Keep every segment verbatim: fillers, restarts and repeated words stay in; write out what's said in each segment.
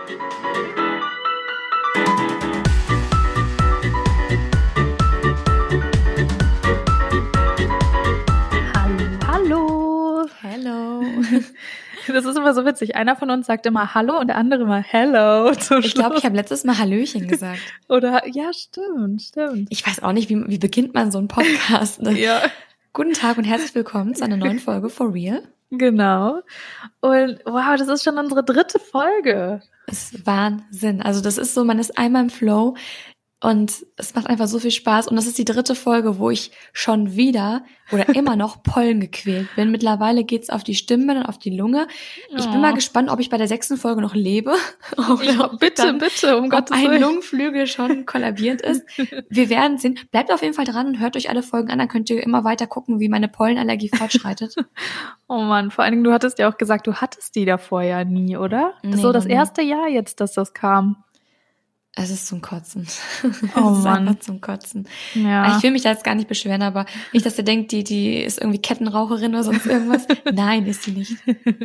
Hallo, hallo. Hello. Das ist immer so witzig. Einer von uns sagt immer Hallo und der andere mal Hello zum Ich glaube, Schluss. ich habe letztes Mal Hallöchen gesagt. Oder, ja, stimmt, stimmt. Ich weiß auch nicht, wie, wie beginnt man so einen Podcast? Ne? Ja, Guten Tag und herzlich willkommen zu einer neuen Folge For Real. genau. Und wow, das ist schon unsere dritte Folge. Das ist Wahnsinn. Also das ist so, man ist einmal im Flow und es macht einfach so viel Spaß. Und das ist die dritte Folge, wo ich schon wieder oder immer noch Pollen gequält bin. Mittlerweile geht's auf die Stimme und auf die Lunge. Ich bin Oh. mal gespannt, ob ich bei der sechsten Folge noch lebe. Oder Ich, ob bitte, dann, bitte, um ob Gottes ein Willen. Lungenflügel schon kollabiert ist. Wir werden sehen. Bleibt auf jeden Fall dran und hört euch alle Folgen an. Dann könnt ihr immer weiter gucken, wie meine Pollenallergie fortschreitet. Oh Mann, vor allen Dingen, du hattest ja auch gesagt, du hattest die davor ja nie, oder? Das ist Nee, so das noch nie. erste Jahr jetzt, dass das kam. Es ist zum Kotzen. Oh es ist Mann. einfach zum Kotzen. Ja. Ich will mich da jetzt gar nicht beschweren, aber nicht, dass ihr denkt, die, die ist irgendwie Kettenraucherin oder sonst irgendwas. Nein, ist sie nicht.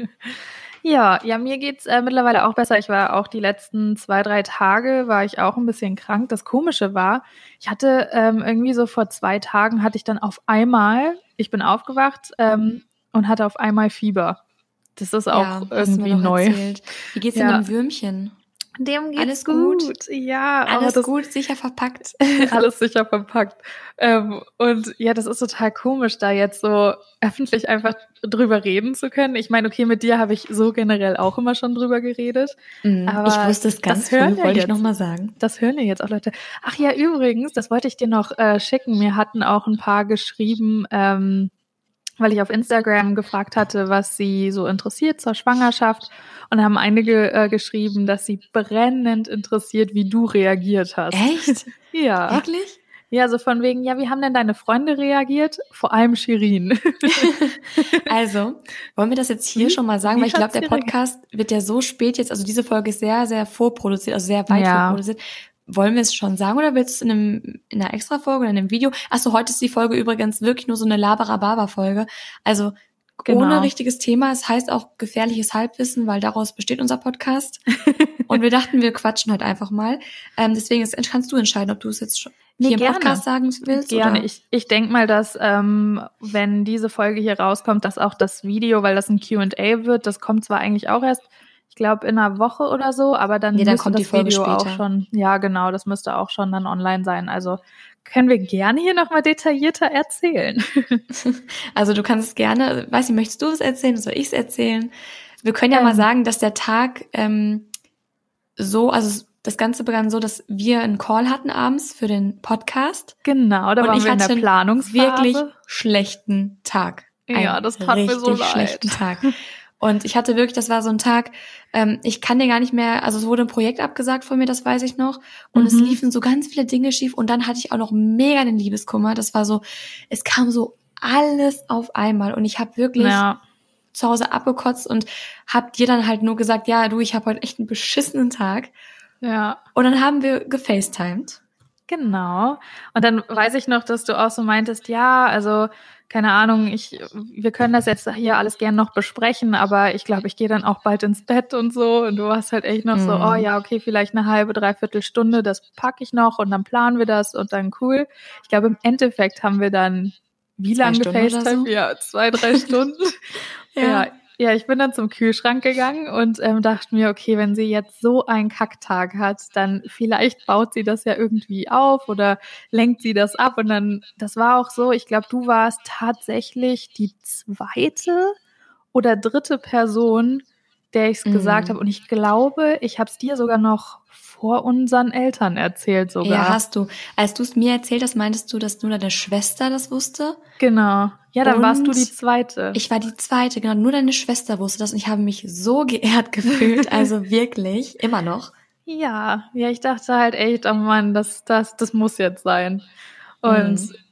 Ja, ja, mir geht's äh, mittlerweile auch besser. Ich war auch die letzten zwei, drei Tage, war ich auch ein bisschen krank. Das Komische war, ich hatte ähm, irgendwie so vor zwei Tagen hatte ich dann auf einmal, ich bin aufgewacht ähm, und hatte auf einmal Fieber. Das ist auch Ja, hast du irgendwie mir noch neu. erzählt. Wie geht's denn Ja. dem Würmchen? Dem geht's Alles gut. gut? Ja, aber Alles das, gut, sicher verpackt. alles sicher verpackt. Ähm, und ja, das ist total komisch, da jetzt so öffentlich einfach drüber reden zu können. Ich meine, okay, mit dir habe ich so generell auch immer schon drüber geredet. Mm, Aber ich wusste es ganz das hören früh, ja wollte ich jetzt. nochmal sagen. Das hören ja jetzt auch Leute. Ach ja, übrigens, das wollte ich dir noch äh, schicken. Mir hatten auch ein paar geschrieben, ähm, weil ich auf Instagram gefragt hatte, was sie so interessiert zur Schwangerschaft. Und haben einige äh, geschrieben, dass sie brennend interessiert, wie du reagiert hast. Echt? Ja. Wirklich? Ja, so von wegen, ja, wie haben denn deine Freunde reagiert? Vor allem Shirin. Also, wollen wir das jetzt hier Wie- schon mal sagen? wie Weil ich glaube, hat's der dir Podcast wird ja so spät jetzt, also diese Folge ist sehr, sehr vorproduziert, also sehr weit Ja. vorproduziert. Wollen wir es schon sagen oder willst du es in, einem, in einer Extra-Folge oder in einem Video? Achso, heute ist die Folge übrigens wirklich nur so eine Laberababa-Folge. Also Genau. ohne richtiges Thema. Es heißt auch gefährliches Halbwissen, weil daraus besteht unser Podcast. Und wir dachten, wir quatschen heute einfach mal. Ähm, deswegen ist, kannst du entscheiden, ob du es jetzt schon Nee, hier im gerne. Podcast sagen willst. Gerne. Oder? Ich, ich denke mal, dass ähm, wenn diese Folge hier rauskommt, dass auch das Video, weil das ein Q and A wird, das kommt zwar eigentlich auch erst, ich glaube, in einer Woche oder so, aber dann Nee, dann müsste kommt das die Folge Video auch später. schon, ja genau, das müsste auch schon dann online sein. Also können wir gerne hier nochmal detaillierter erzählen. Also du kannst es gerne, weiß nicht, möchtest du es erzählen, soll ich es erzählen? Wir können ja Ähm. mal sagen, dass der Tag ähm, so, also das Ganze begann so, dass wir einen Call hatten abends für den Podcast. Genau, da und waren ich wir in hatte der einen Planungsphase. wirklich schlechten Tag. Ja, Einen das tat mir so richtig leid. schlechten Tag. Und ich hatte wirklich, das war so ein Tag, ähm, ich kann dir gar nicht mehr, also es wurde ein Projekt abgesagt von mir, das weiß ich noch. Und es Mhm. liefen so ganz viele Dinge schief und dann hatte ich auch noch mega den Liebeskummer. Das war so, es kam so alles auf einmal und ich habe wirklich Ja. zu Hause abgekotzt und hab dir dann halt nur gesagt, ja, du, ich habe heute echt einen beschissenen Tag. Ja. Und dann haben wir gefacetimed. Genau. Und dann weiß ich noch, dass du auch so meintest, ja, also keine Ahnung, ich, wir können das jetzt hier alles gern noch besprechen, aber ich glaube, ich gehe dann auch bald ins Bett und so. Und du warst halt echt noch so, Mhm. oh ja, okay, vielleicht eine halbe, dreiviertel Stunde, das packe ich noch und dann planen wir das und dann cool. Ich glaube, im Endeffekt haben wir dann wie Zwei lange Stunden oder gefacetimed? so? Ja, zwei, drei Stunden. ja. Ja, ich bin dann zum Kühlschrank gegangen und ähm, dachte mir, okay, wenn sie jetzt so einen Kacktag hat, dann vielleicht baut sie das ja irgendwie auf oder lenkt sie das ab. Und dann, das war auch so, ich glaube, du warst tatsächlich die zweite oder dritte Person, der ich es Mhm. gesagt habe. Und ich glaube, ich habe es dir sogar noch vor unseren Eltern erzählt sogar. Ja, hast du. Als du es mir erzählt hast, meintest du, dass nur deine Schwester das wusste? Genau. Ja, dann Und warst du die zweite. Ich war die zweite, genau. Nur deine Schwester wusste das und ich habe mich so geehrt gefühlt. Also wirklich, immer noch. Ja, ja, ich dachte halt echt, oh Mann, das, das, das muss jetzt sein. Und Mhm.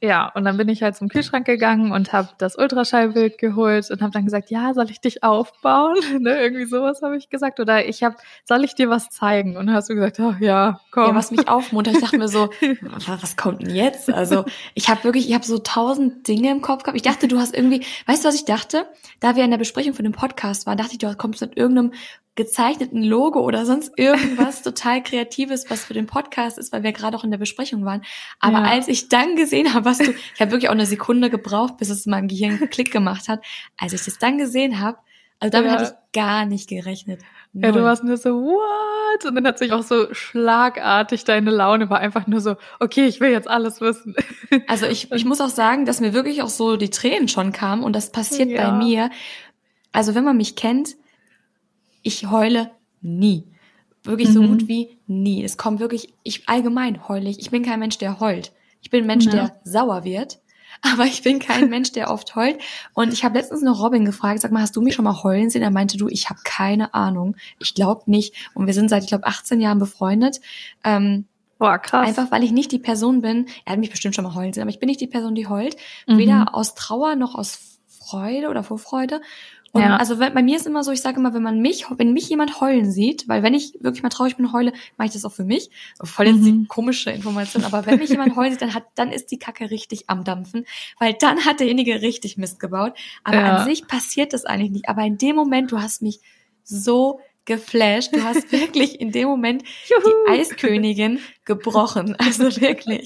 ja, und dann bin ich halt zum Kühlschrank gegangen und habe das Ultraschallbild geholt und habe dann gesagt, ja, soll ich dich aufbauen? Ne, irgendwie sowas habe ich gesagt. Oder ich habe, soll ich dir was zeigen? Und dann hast du gesagt, oh, ja, komm. Ja, was mich aufmuntert, ich dachte mir so, was kommt denn jetzt? Also ich habe wirklich, ich habe so tausend Dinge im Kopf gehabt. Ich dachte, du hast irgendwie, weißt du, was ich dachte? Da wir in der Besprechung von dem Podcast waren, dachte ich, du kommst mit irgendeinem gezeichneten Logo oder sonst irgendwas total Kreatives, was für den Podcast ist, weil wir gerade auch in der Besprechung waren. Aber ja. als ich dann gesehen habe, was du, ich habe wirklich auch eine Sekunde gebraucht, bis es in meinem Gehirn Klick gemacht hat. Als ich das dann gesehen habe, also damit ja. hatte ich gar nicht gerechnet. Null. Ja, du warst nur so, what? Und dann hat sich auch so schlagartig, deine Laune war einfach nur so, okay, ich will jetzt alles wissen. Also ich, ich muss auch sagen, dass mir wirklich auch so die Tränen schon kamen und das passiert ja. bei mir. Also wenn man mich kennt, ich heule nie. Wirklich mhm. so gut wie nie. Es kommt wirklich, ich allgemein heule ich. Ich bin kein Mensch, der heult. Ich bin ein Mensch, ja. der sauer wird. Aber ich bin kein Mensch, der oft heult. Und ich habe letztens noch Robin gefragt, sag mal, hast du mich schon mal heulen sehen? Er meinte, du, ich habe keine Ahnung. Ich glaube nicht. Und wir sind seit, ich glaube, achtzehn Jahren befreundet. Ähm, Boah, krass. Einfach, weil ich nicht die Person bin, er hat mich bestimmt schon mal heulen sehen, aber ich bin nicht die Person, die heult. Mhm. Weder aus Trauer noch aus Freude oder Vorfreude. Und ja. also bei mir ist immer so, ich sage immer, wenn man mich, wenn mich jemand heulen sieht, weil wenn ich wirklich mal traurig bin, heule, mache ich das auch für mich. Voll jetzt die komische Information, aber wenn mich jemand heulen sieht, dann hat, dann ist die Kacke richtig am Dampfen, weil dann hat derjenige richtig Mist gebaut. Aber ja. an sich passiert das eigentlich nicht. Aber in dem Moment, du hast mich so geflasht, du hast wirklich in dem Moment die Eiskönigin gebrochen. Also wirklich.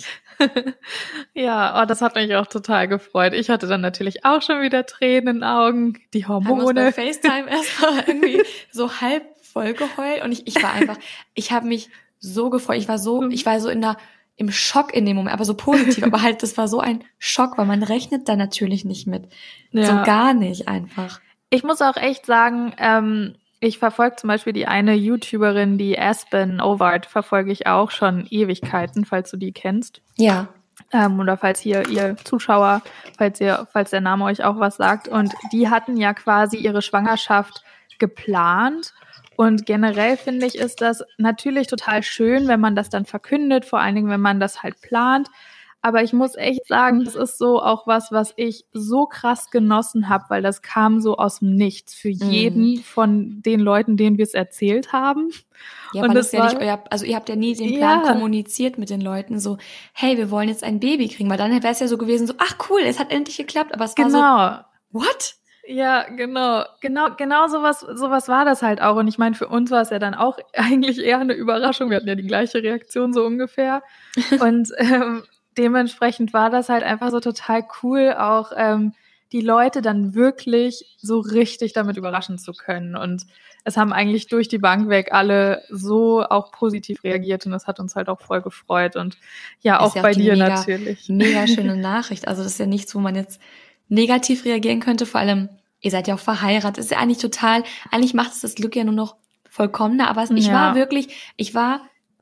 Ja, oh, das hat mich auch total gefreut. Ich hatte dann natürlich auch schon wieder Tränen in den Augen, die Hormone. Haben wir uns bei FaceTime erstmal irgendwie so halb voll geheult und ich, ich war einfach, ich habe mich so gefreut. Ich war so, ich war so in der, im Schock in dem Moment, aber so positiv, aber halt, das war so ein Schock, weil man rechnet da natürlich nicht mit. Ja. So gar nicht einfach. Ich muss auch echt sagen, ähm, ich verfolge zum Beispiel die eine YouTuberin, die Aspen Ovard, verfolge ich auch schon Ewigkeiten, falls du die kennst. Ja. Ähm, oder falls hier ihr Zuschauer, falls ihr, falls der Name euch auch was sagt. Und die hatten ja quasi ihre Schwangerschaft geplant. Und generell finde ich, ist das natürlich total schön, wenn man das dann verkündet, vor allen Dingen, wenn man das halt plant. Aber ich muss echt sagen, das ist so auch was, was ich so krass genossen habe, weil das kam so aus dem Nichts für jeden mm. von den Leuten, denen wir es erzählt haben. Ja, und weil das ja war, nicht euer, also ihr habt ja nie den Plan ja. kommuniziert mit den Leuten, so, hey, wir wollen jetzt ein Baby kriegen, weil dann wäre es ja so gewesen, so, ach cool, es hat endlich geklappt, aber es genau. war so, what? Ja, genau, genau, genau sowas, sowas war das halt auch. Und ich meine, für uns war es ja dann auch eigentlich eher eine Überraschung. Wir hatten ja die gleiche Reaktion so ungefähr. Und ähm, dementsprechend war das halt einfach so total cool, auch ähm, die Leute dann wirklich so richtig damit überraschen zu können. Und es haben eigentlich durch die Bank weg alle so auch positiv reagiert und das hat uns halt auch voll gefreut. Und ja, auch, ja auch bei dir mega, natürlich. Mega schöne Nachricht. Also das ist ja nichts, wo man jetzt negativ reagieren könnte. Vor allem, ihr seid ja auch verheiratet. Das ist ja eigentlich total, eigentlich macht es das Glück ja nur noch vollkommener. Aber ich ja. war wirklich, ich war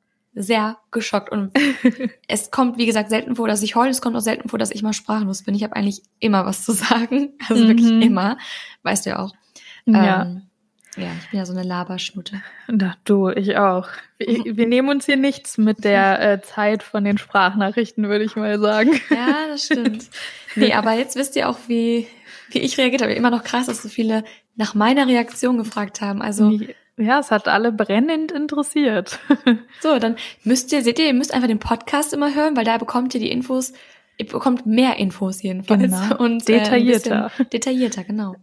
sehr geschockt und es kommt, wie gesagt, selten vor, dass ich heule, es kommt auch selten vor, dass ich mal sprachlos bin. Ich habe eigentlich immer was zu sagen, also mhm. wirklich immer, weißt du ja auch. Ja. Ähm, ja, ich bin ja so eine Laberschnutte. Na, du, ich auch. Wir, wir nehmen uns hier nichts mit der äh, Zeit von den Sprachnachrichten, würde ich mal sagen. Ja, das stimmt. Nee, aber jetzt wisst ihr auch, wie, wie ich reagiert habe. Immer noch krass, dass so viele nach meiner Reaktion gefragt haben, also nee. Ja, es hat alle brennend interessiert. So, dann müsst ihr, seht ihr, ihr müsst einfach den Podcast immer hören, weil da bekommt ihr die Infos, ihr bekommt mehr Infos jedenfalls. Genau. Und detaillierter. Äh, detaillierter, genau.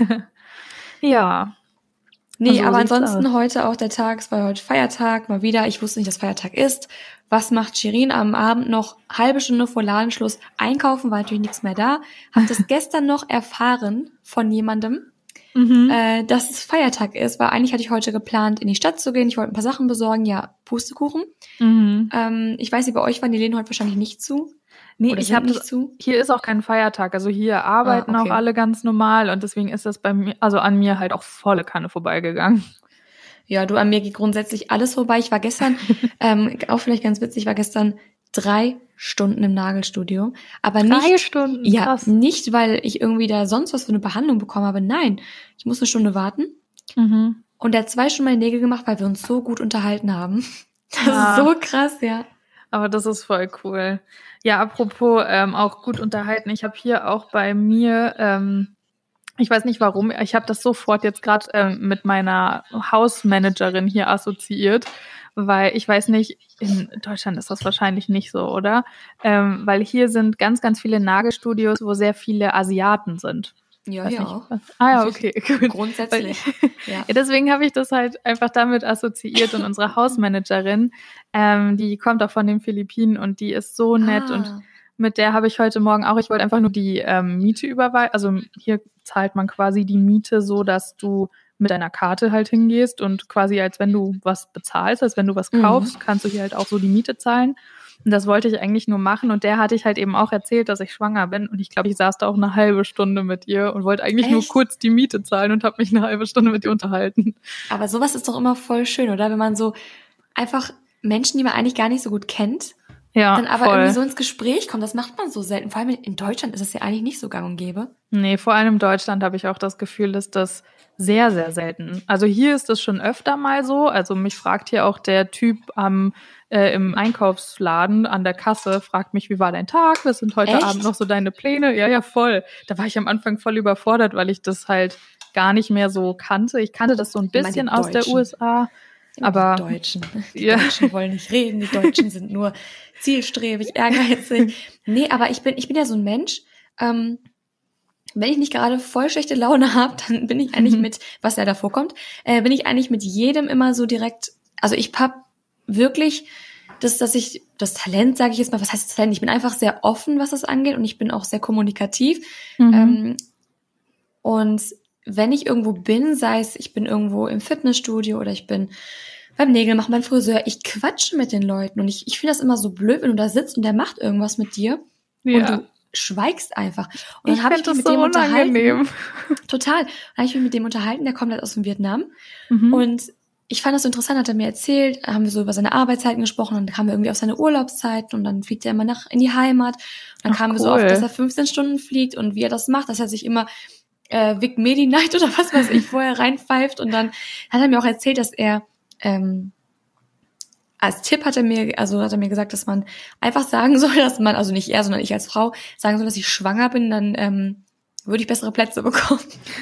Ja. Nee, also aber ansonsten aus. Heute auch der Tag, es war heute Feiertag, mal wieder. Ich wusste nicht, dass Feiertag ist. Was macht Shirin am Abend noch? Halbe Stunde vor Ladenschluss einkaufen, war natürlich nichts mehr da. Hab das gestern noch erfahren von jemandem, Mhm. Äh, dass es Feiertag ist, weil eigentlich hatte ich heute geplant, in die Stadt zu gehen. Ich wollte ein paar Sachen besorgen, ja, Pustekuchen. Mhm. Ähm, ich weiß nicht, bei euch waren die Läden heute wahrscheinlich nicht zu. Nee, Oder ich habe nicht zu. Hier ist auch kein Feiertag, also hier arbeiten ah, okay. auch alle ganz normal und deswegen ist das bei mir, also an mir halt auch volle Kanne vorbeigegangen. Ja, du, an mir geht grundsätzlich alles vorbei. Ich war gestern, ähm, auch vielleicht ganz witzig, ich war gestern drei Stunden im Nagelstudio, aber nicht, drei Stunden, ja, krass. nicht, weil ich irgendwie da sonst was für eine Behandlung bekommen habe, nein, ich muss eine Stunde warten mhm. und er hat zwei Stunden meine Nägel gemacht, weil wir uns so gut unterhalten haben. Das ja. ist so krass, ja. Aber das ist voll cool. Ja, apropos ähm, auch gut unterhalten. Ich habe hier auch bei mir, ähm, ich weiß nicht warum, ich habe das sofort jetzt gerade ähm, mit meiner Hausmanagerin hier assoziiert, weil ich weiß nicht, in Deutschland ist das wahrscheinlich nicht so, oder? Ähm, weil hier sind ganz, ganz viele Nagelstudios, wo sehr viele Asiaten sind. Ja, Weiß ja. nicht, was- Ah ja, okay, gut. Grundsätzlich. Weil, Ja. ja, deswegen habe ich das halt einfach damit assoziiert und unsere Hausmanagerin, ähm, die kommt auch von den Philippinen und die ist so nett Ah. und mit der habe ich heute Morgen auch, ich wollte einfach nur die ähm, Miete überweisen, also hier zahlt man quasi die Miete so, dass du mit deiner Karte halt hingehst und quasi als wenn du was bezahlst, als wenn du was kaufst, Mhm. kannst du hier halt auch so die Miete zahlen. Und das wollte ich eigentlich nur machen und der hatte ich halt eben auch erzählt, dass ich schwanger bin und ich glaube, ich saß da auch eine halbe Stunde mit ihr und wollte eigentlich nur Echt? kurz die Miete zahlen und habe mich eine halbe Stunde mit ihr unterhalten. Aber sowas ist doch immer voll schön, oder? Wenn man so einfach Menschen, die man eigentlich gar nicht so gut kennt, Ja, dann aber voll. irgendwie so ins Gespräch kommt. Das macht man so selten. Vor allem in Deutschland ist es ja eigentlich nicht so gang und gäbe. Nee, vor allem in Deutschland habe ich auch das Gefühl, dass das sehr, sehr selten. Also hier ist das schon öfter mal so. Also mich fragt hier auch der Typ am äh, im Einkaufsladen an der Kasse, fragt mich, wie war dein Tag? Was sind heute Echt? Abend noch so deine Pläne? Ja, ja, voll. Da war ich am Anfang voll überfordert, weil ich das halt gar nicht mehr so kannte. Ich kannte das so ein Immer die bisschen aus der Deutschen. U S A. Immer Aber die Deutschen. Die ja. Deutschen wollen nicht reden, die Deutschen sind nur zielstrebig, ehrgeizig. Nee, aber ich bin, ich bin ja so ein Mensch, ähm, wenn ich nicht gerade voll schlechte Laune habe, dann bin ich eigentlich Mhm. mit, was ja davor kommt, äh, bin ich eigentlich mit jedem immer so direkt, also ich hab wirklich das, dass ich, das Talent, sage ich jetzt mal, was heißt das Talent? Ich bin einfach sehr offen, was das angeht und ich bin auch sehr kommunikativ. Mhm. Ähm, und wenn ich irgendwo bin, sei es, ich bin irgendwo im Fitnessstudio oder ich bin beim Nägel machen, beim Friseur, ich quatsche mit den Leuten und ich, ich finde das immer so blöd, wenn du da sitzt und der macht irgendwas mit dir und Ja. du schweigst einfach. Und dann Ich habe ich find mich das mit so dem unangenehm. unterhalten. Total. Dann habe ich mich mit dem unterhalten, der kommt halt aus dem Vietnam. Mhm. Und ich fand das so interessant, hat er mir erzählt, haben wir so über seine Arbeitszeiten gesprochen, dann kamen wir irgendwie auf seine Urlaubszeiten und dann fliegt er immer nach in die Heimat. Und dann Ach, kamen wir so cool. oft, dass er fünfzehn Stunden fliegt und wie er das macht, dass er sich immer äh, Vic Medi Night oder was weiß ich vorher reinpfeift und dann hat er mir auch erzählt, dass er ähm, als Tipp hat er mir, also hat er mir gesagt, dass man einfach sagen soll, dass man, also nicht er, sondern ich als Frau, sagen soll, dass ich schwanger bin, dann ähm, würde ich bessere Plätze bekommen.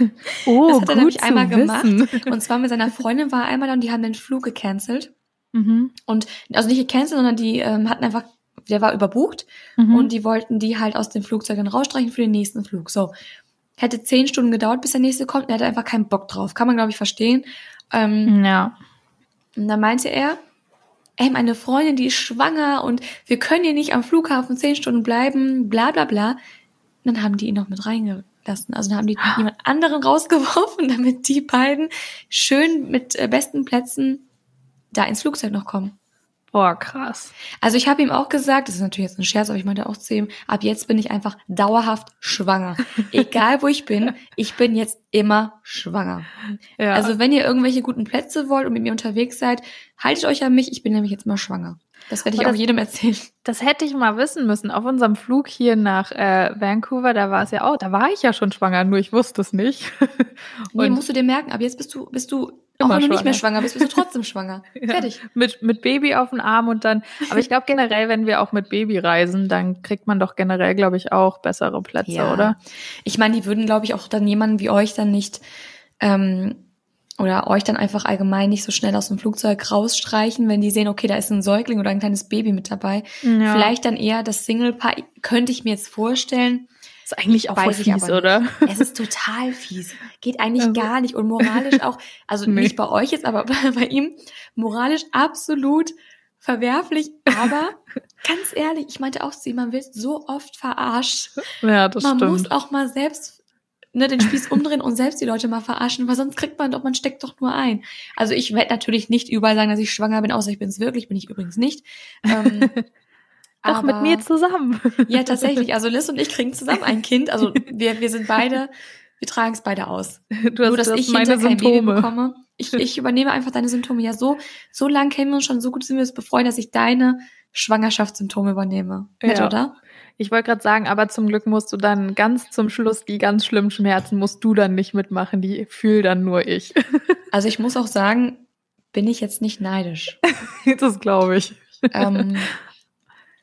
Oh, Das hat er gut nämlich zu einmal wissen. gemacht. Und zwar mit seiner Freundin war er einmal da und die haben den Flug gecancelt. Mhm. Und also nicht gecancelt, sondern die ähm, hatten einfach, der war überbucht Mhm. und die wollten die halt aus den Flugzeugen rausstreichen für den nächsten Flug. So, hätte zehn Stunden gedauert, bis der nächste kommt und er hatte einfach keinen Bock drauf. Kann man, glaube ich, verstehen. Ähm, Ja. Und dann meinte er, ey, meine Freundin, die ist schwanger und wir können hier nicht am Flughafen zehn Stunden bleiben, bla bla bla. Und dann haben die ihn noch mit reingelassen. Also dann haben die jemand anderen rausgeworfen, damit die beiden schön mit äh, besten Plätzen da ins Flugzeug noch kommen. Boah, krass. Also ich habe ihm auch gesagt, das ist natürlich jetzt ein Scherz, aber ich meinte auch zu ihm, ab jetzt bin ich einfach dauerhaft schwanger. Egal wo ich bin, ich bin jetzt immer schwanger. Ja. Also wenn ihr irgendwelche guten Plätze wollt und mit mir unterwegs seid, haltet euch an mich, ich bin nämlich jetzt mal schwanger. Das werde ich Aber auch das- jedem erzählen. Das hätte ich mal wissen müssen. Auf unserem Flug hier nach äh, Vancouver, da war es ja auch, da war ich ja schon schwanger, nur ich wusste es nicht. Nee, Und musst du dir merken, ab jetzt bist du, bist du, auch Immer wenn du nicht mehr schwanger. schwanger bist, bist du trotzdem schwanger. ja, Fertig. mit, mit Baby auf den Arm und dann, aber ich glaube generell, wenn wir auch mit Baby reisen, dann kriegt man doch generell, glaube ich, auch bessere Plätze, Ja. oder? Ich meine, die würden, glaube ich, auch dann jemanden wie euch dann nicht, ähm, oder euch dann einfach allgemein nicht so schnell aus dem Flugzeug rausstreichen, wenn die sehen, okay, da ist ein Säugling oder ein kleines Baby mit dabei. Ja. Vielleicht dann eher das Single-Paar, könnte ich mir jetzt vorstellen. Ist eigentlich auch voll Weiß ich fies, aber oder? nicht. Es ist total fies. Geht eigentlich Also- gar nicht. Und moralisch auch, also Nee. nicht bei euch jetzt, aber bei ihm, moralisch absolut verwerflich. Aber ganz ehrlich, ich meinte auch zu ihm, man wird so oft verarscht. Ja, das Man stimmt. muss auch mal selbst ne, den Spieß umdrehen und selbst die Leute mal verarschen, weil sonst kriegt man doch, man steckt doch nur ein. Also ich werde natürlich nicht überall sagen, dass ich schwanger bin, außer ich bin es wirklich, bin ich übrigens nicht. Ähm, Doch aber- mit mir zusammen. Ja, tatsächlich. Also Liz und ich kriegen zusammen ein Kind. Also wir, wir sind beide, wir tragen es beide aus. Du hast, Nur, dass du hast ich meine hinterher kein Baby Symptome. bekomme. Ich, ich übernehme einfach deine Symptome. Ja, so, so lang kennen wir uns schon, so gut sind wir uns befreundet, dass ich deine Schwangerschaftssymptome übernehme. Nett, Ja. oder? Ich wollte gerade sagen, aber zum Glück musst du dann ganz zum Schluss die ganz schlimmen Schmerzen musst du dann nicht mitmachen, die fühl dann nur ich. Also ich muss auch sagen, bin ich jetzt nicht neidisch. Das glaube ich. ähm,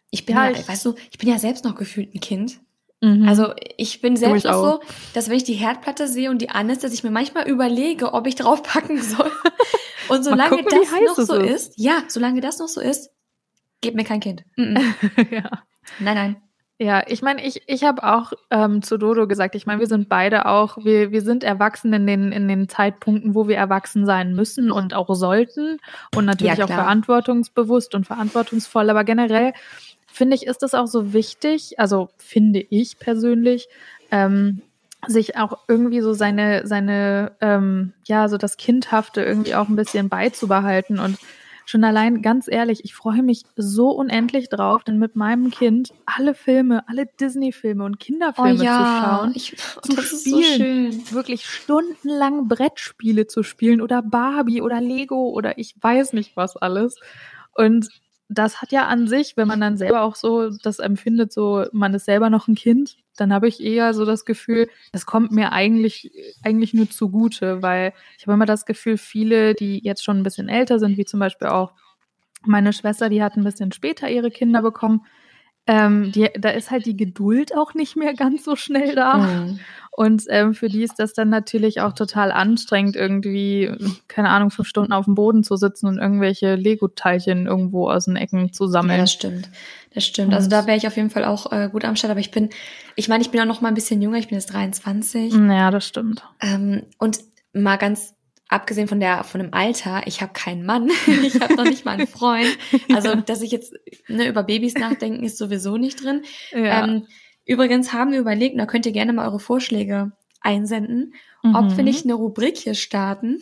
Ich bin Ja, ja, ich- weißt du, ich bin ja selbst noch gefühlt ein Kind. Mhm. Also ich bin selbst ich noch auch. so, dass wenn ich die Herdplatte sehe und die an ist, dass ich mir manchmal überlege, ob ich draufpacken soll. Und solange gucken, wie das heiß noch es so ist. ist, ja, solange das noch so ist, gib mir kein Kind. Mm-mm. Ja. Nein, nein. Ja, ich meine, ich, ich habe auch ähm, zu Dodo gesagt, ich meine, wir sind beide auch, wir, wir sind erwachsen in den, in den Zeitpunkten, wo wir erwachsen sein müssen und auch sollten und natürlich Ja, auch klar. verantwortungsbewusst und verantwortungsvoll, aber generell finde ich, ist es auch so wichtig, also finde ich persönlich, ähm, sich auch irgendwie so seine, seine, ähm, ja, so das Kindhafte irgendwie auch ein bisschen beizubehalten und schon allein, ganz ehrlich, ich freue mich so unendlich drauf, denn mit meinem Kind alle Filme, alle Disney-Filme und Oh Kinderfilme zu ja, schauen, ich, zu das ist so spielen, schön. wirklich stundenlang Brettspiele zu spielen oder Barbie oder Lego oder ich weiß nicht was alles. Und das hat ja an sich, wenn man dann selber auch so das empfindet, so man ist selber noch ein Kind, dann habe ich eher so das Gefühl, das kommt mir eigentlich eigentlich nur zugute, weil ich habe immer das Gefühl, viele, die jetzt schon ein bisschen älter sind, wie zum Beispiel auch meine Schwester, die hat ein bisschen später ihre Kinder bekommen, ähm, die, da ist halt die Geduld auch nicht mehr ganz so schnell da. Mhm. Und ähm, für die ist das dann natürlich auch total anstrengend, irgendwie, keine Ahnung, fünf Stunden auf dem Boden zu sitzen und irgendwelche Lego-Teilchen irgendwo aus den Ecken zu Ja, sammeln. das stimmt. Das stimmt. Also Und- da wäre ich auf jeden Fall auch äh, gut am Start. Aber ich bin, ich meine, ich bin auch noch mal ein bisschen jünger. Ich bin jetzt dreiundzwanzig. Ja, das stimmt. Ähm, und mal ganz abgesehen von der von dem Alter, ich habe keinen Mann, ich habe noch nicht mal einen Freund. Also, dass ich jetzt ne, über Babys nachdenken, ist sowieso nicht drin. Ja. Ähm, übrigens haben wir überlegt, und da könnt ihr gerne mal eure Vorschläge einsenden, ob wir Mhm. nicht eine Rubrik hier starten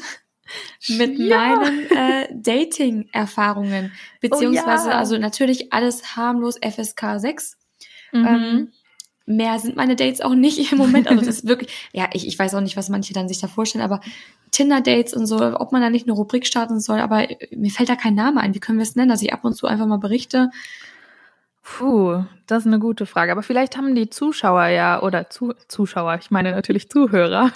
mit Ja. meinen äh, Dating-Erfahrungen. Beziehungsweise, Oh ja. also natürlich alles harmlos F S K sechs. Mhm. Ähm, mehr sind meine Dates auch nicht im Moment. Also das ist wirklich, ja, ich, ich weiß auch nicht, was manche dann sich da vorstellen, aber Tinder-Dates und so, ob man da nicht eine Rubrik starten soll, aber mir fällt da kein Name ein. Wie können wir es nennen, dass ich ab und zu einfach mal berichte? Puh, das ist eine gute Frage. Aber vielleicht haben die Zuschauer ja, oder Zu Zuschauer, ich meine natürlich Zuhörer,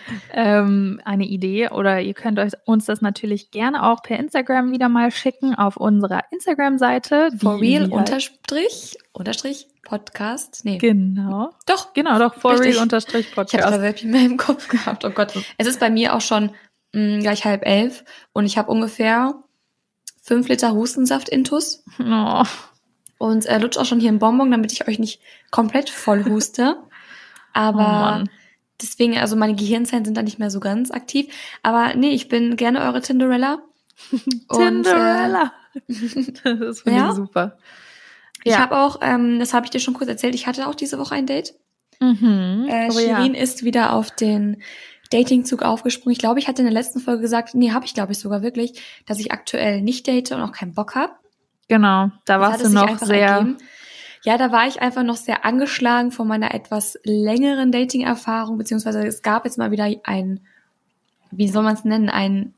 ähm, eine Idee. Oder ihr könnt euch uns das natürlich gerne auch per Instagram wieder mal schicken auf unserer Instagram-Seite. die- For real die- unterstrich, unterstrich Podcast? Nee. Genau. Doch, Genau, doch, for Richtig. real unterstrich ich habe Podcast. da selbst mehr im Kopf gehabt. Oh Gott. Es ist bei mir auch schon mh, gleich halb elf und ich habe ungefähr fünf Liter Hustensaft intus. Oh. Und äh, lutsch auch schon hier einen Bonbon, damit ich euch nicht komplett voll huste. Oh Aber Mann. deswegen, also meine Gehirnzellen sind da nicht mehr so ganz aktiv. Aber nee, ich bin gerne eure Tinderella. Und, Tinderella. Das finde ja. ich super. Äh, ich Ja. habe auch, ähm, das habe ich dir schon kurz erzählt, ich hatte auch diese Woche ein Date. Mhm. Äh, Oh ja. Shirin ist wieder auf den Datingzug aufgesprungen. Ich glaube, ich hatte in der letzten Folge gesagt, nee, habe ich glaube ich sogar wirklich, dass ich aktuell nicht date und auch keinen Bock habe. Genau, da Jetzt warst hat du es sich noch einfach sehr. ergeben. Ja, da war ich einfach noch sehr angeschlagen von meiner etwas längeren Dating-Erfahrung, beziehungsweise es gab jetzt mal wieder einen, wie soll man es nennen, einen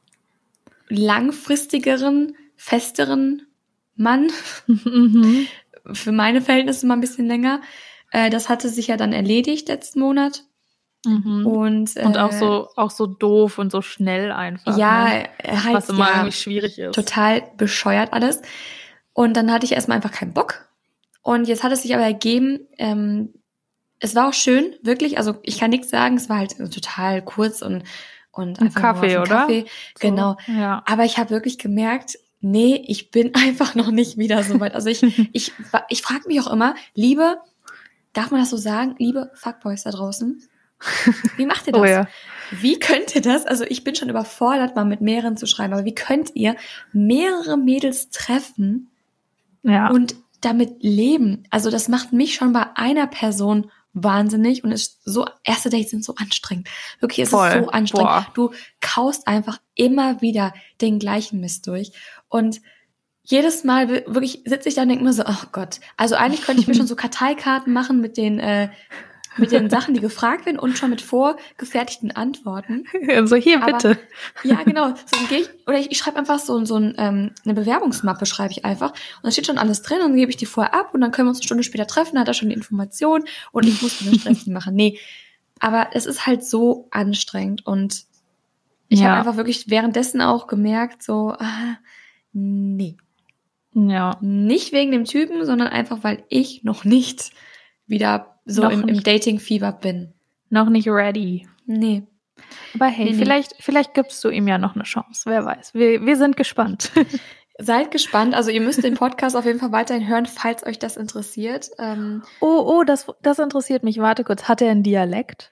langfristigeren, festeren Mann. Mhm. Für meine Verhältnisse mal ein bisschen länger. Äh, das hatte sich ja dann erledigt letzten Monat. Mhm. Und, äh, Und auch so, auch so doof und so schnell einfach. ja, ne? halt, Was immer ja, irgendwie schwierig ist. total bescheuert alles. Und dann hatte ich erstmal einfach keinen Bock. Und jetzt hat es sich aber ergeben, ähm, es war auch schön, wirklich, also ich kann nichts sagen, es war halt total kurz und, und Ein einfach nur Kaffee, auf einen oder? Kaffee. So, Genau. Ja. Aber ich habe wirklich gemerkt, nee, ich bin einfach noch nicht wieder so weit. Also ich, ich, ich frage mich auch immer, liebe, darf man das so sagen, liebe Fuckboys da draußen, wie macht ihr das? Oh ja. Wie könnt ihr das? Also ich bin schon überfordert, mal mit mehreren zu schreiben, aber wie könnt ihr mehrere Mädels treffen Ja. und damit leben? Also das macht mich schon bei einer Person wahnsinnig und ist so, erste Dates sind so anstrengend. Wirklich, es Voll. ist so anstrengend. Boah. Du kaust einfach immer wieder den gleichen Mist durch und jedes Mal wi- wirklich sitze ich da und denke mir so, oh Gott. Also eigentlich könnte ich mir schon so Karteikarten machen mit den äh, mit den Sachen, die gefragt werden und schon mit vorgefertigten Antworten. Also hier, Aber- bitte. Ja, genau. So, dann gehe ich, oder ich, ich schreibe einfach so, so ein, ähm, eine Bewerbungsmappe, schreibe ich einfach. Und da steht schon alles drin und dann gebe ich die vorher ab und dann können wir uns eine Stunde später treffen, dann hat er schon die Information und ich muss mir den Stress nicht machen. Nee, aber es ist halt so anstrengend und ich Ja. habe einfach wirklich währenddessen auch gemerkt, so, ah, nee. Ja. Nicht wegen dem Typen, sondern einfach, weil ich noch nicht wieder so Noch im, im nicht. Dating-Fieber bin. Noch nicht ready. Nee. Aber hey, Nee, nee. vielleicht, vielleicht gibst du ihm ja noch eine Chance. Wer weiß. Wir, wir sind gespannt. Seid gespannt. Also ihr müsst den Podcast auf jeden Fall weiterhin hören, falls euch das interessiert. Ähm, Oh, oh, das, das interessiert mich. Warte kurz. Hat er einen Dialekt?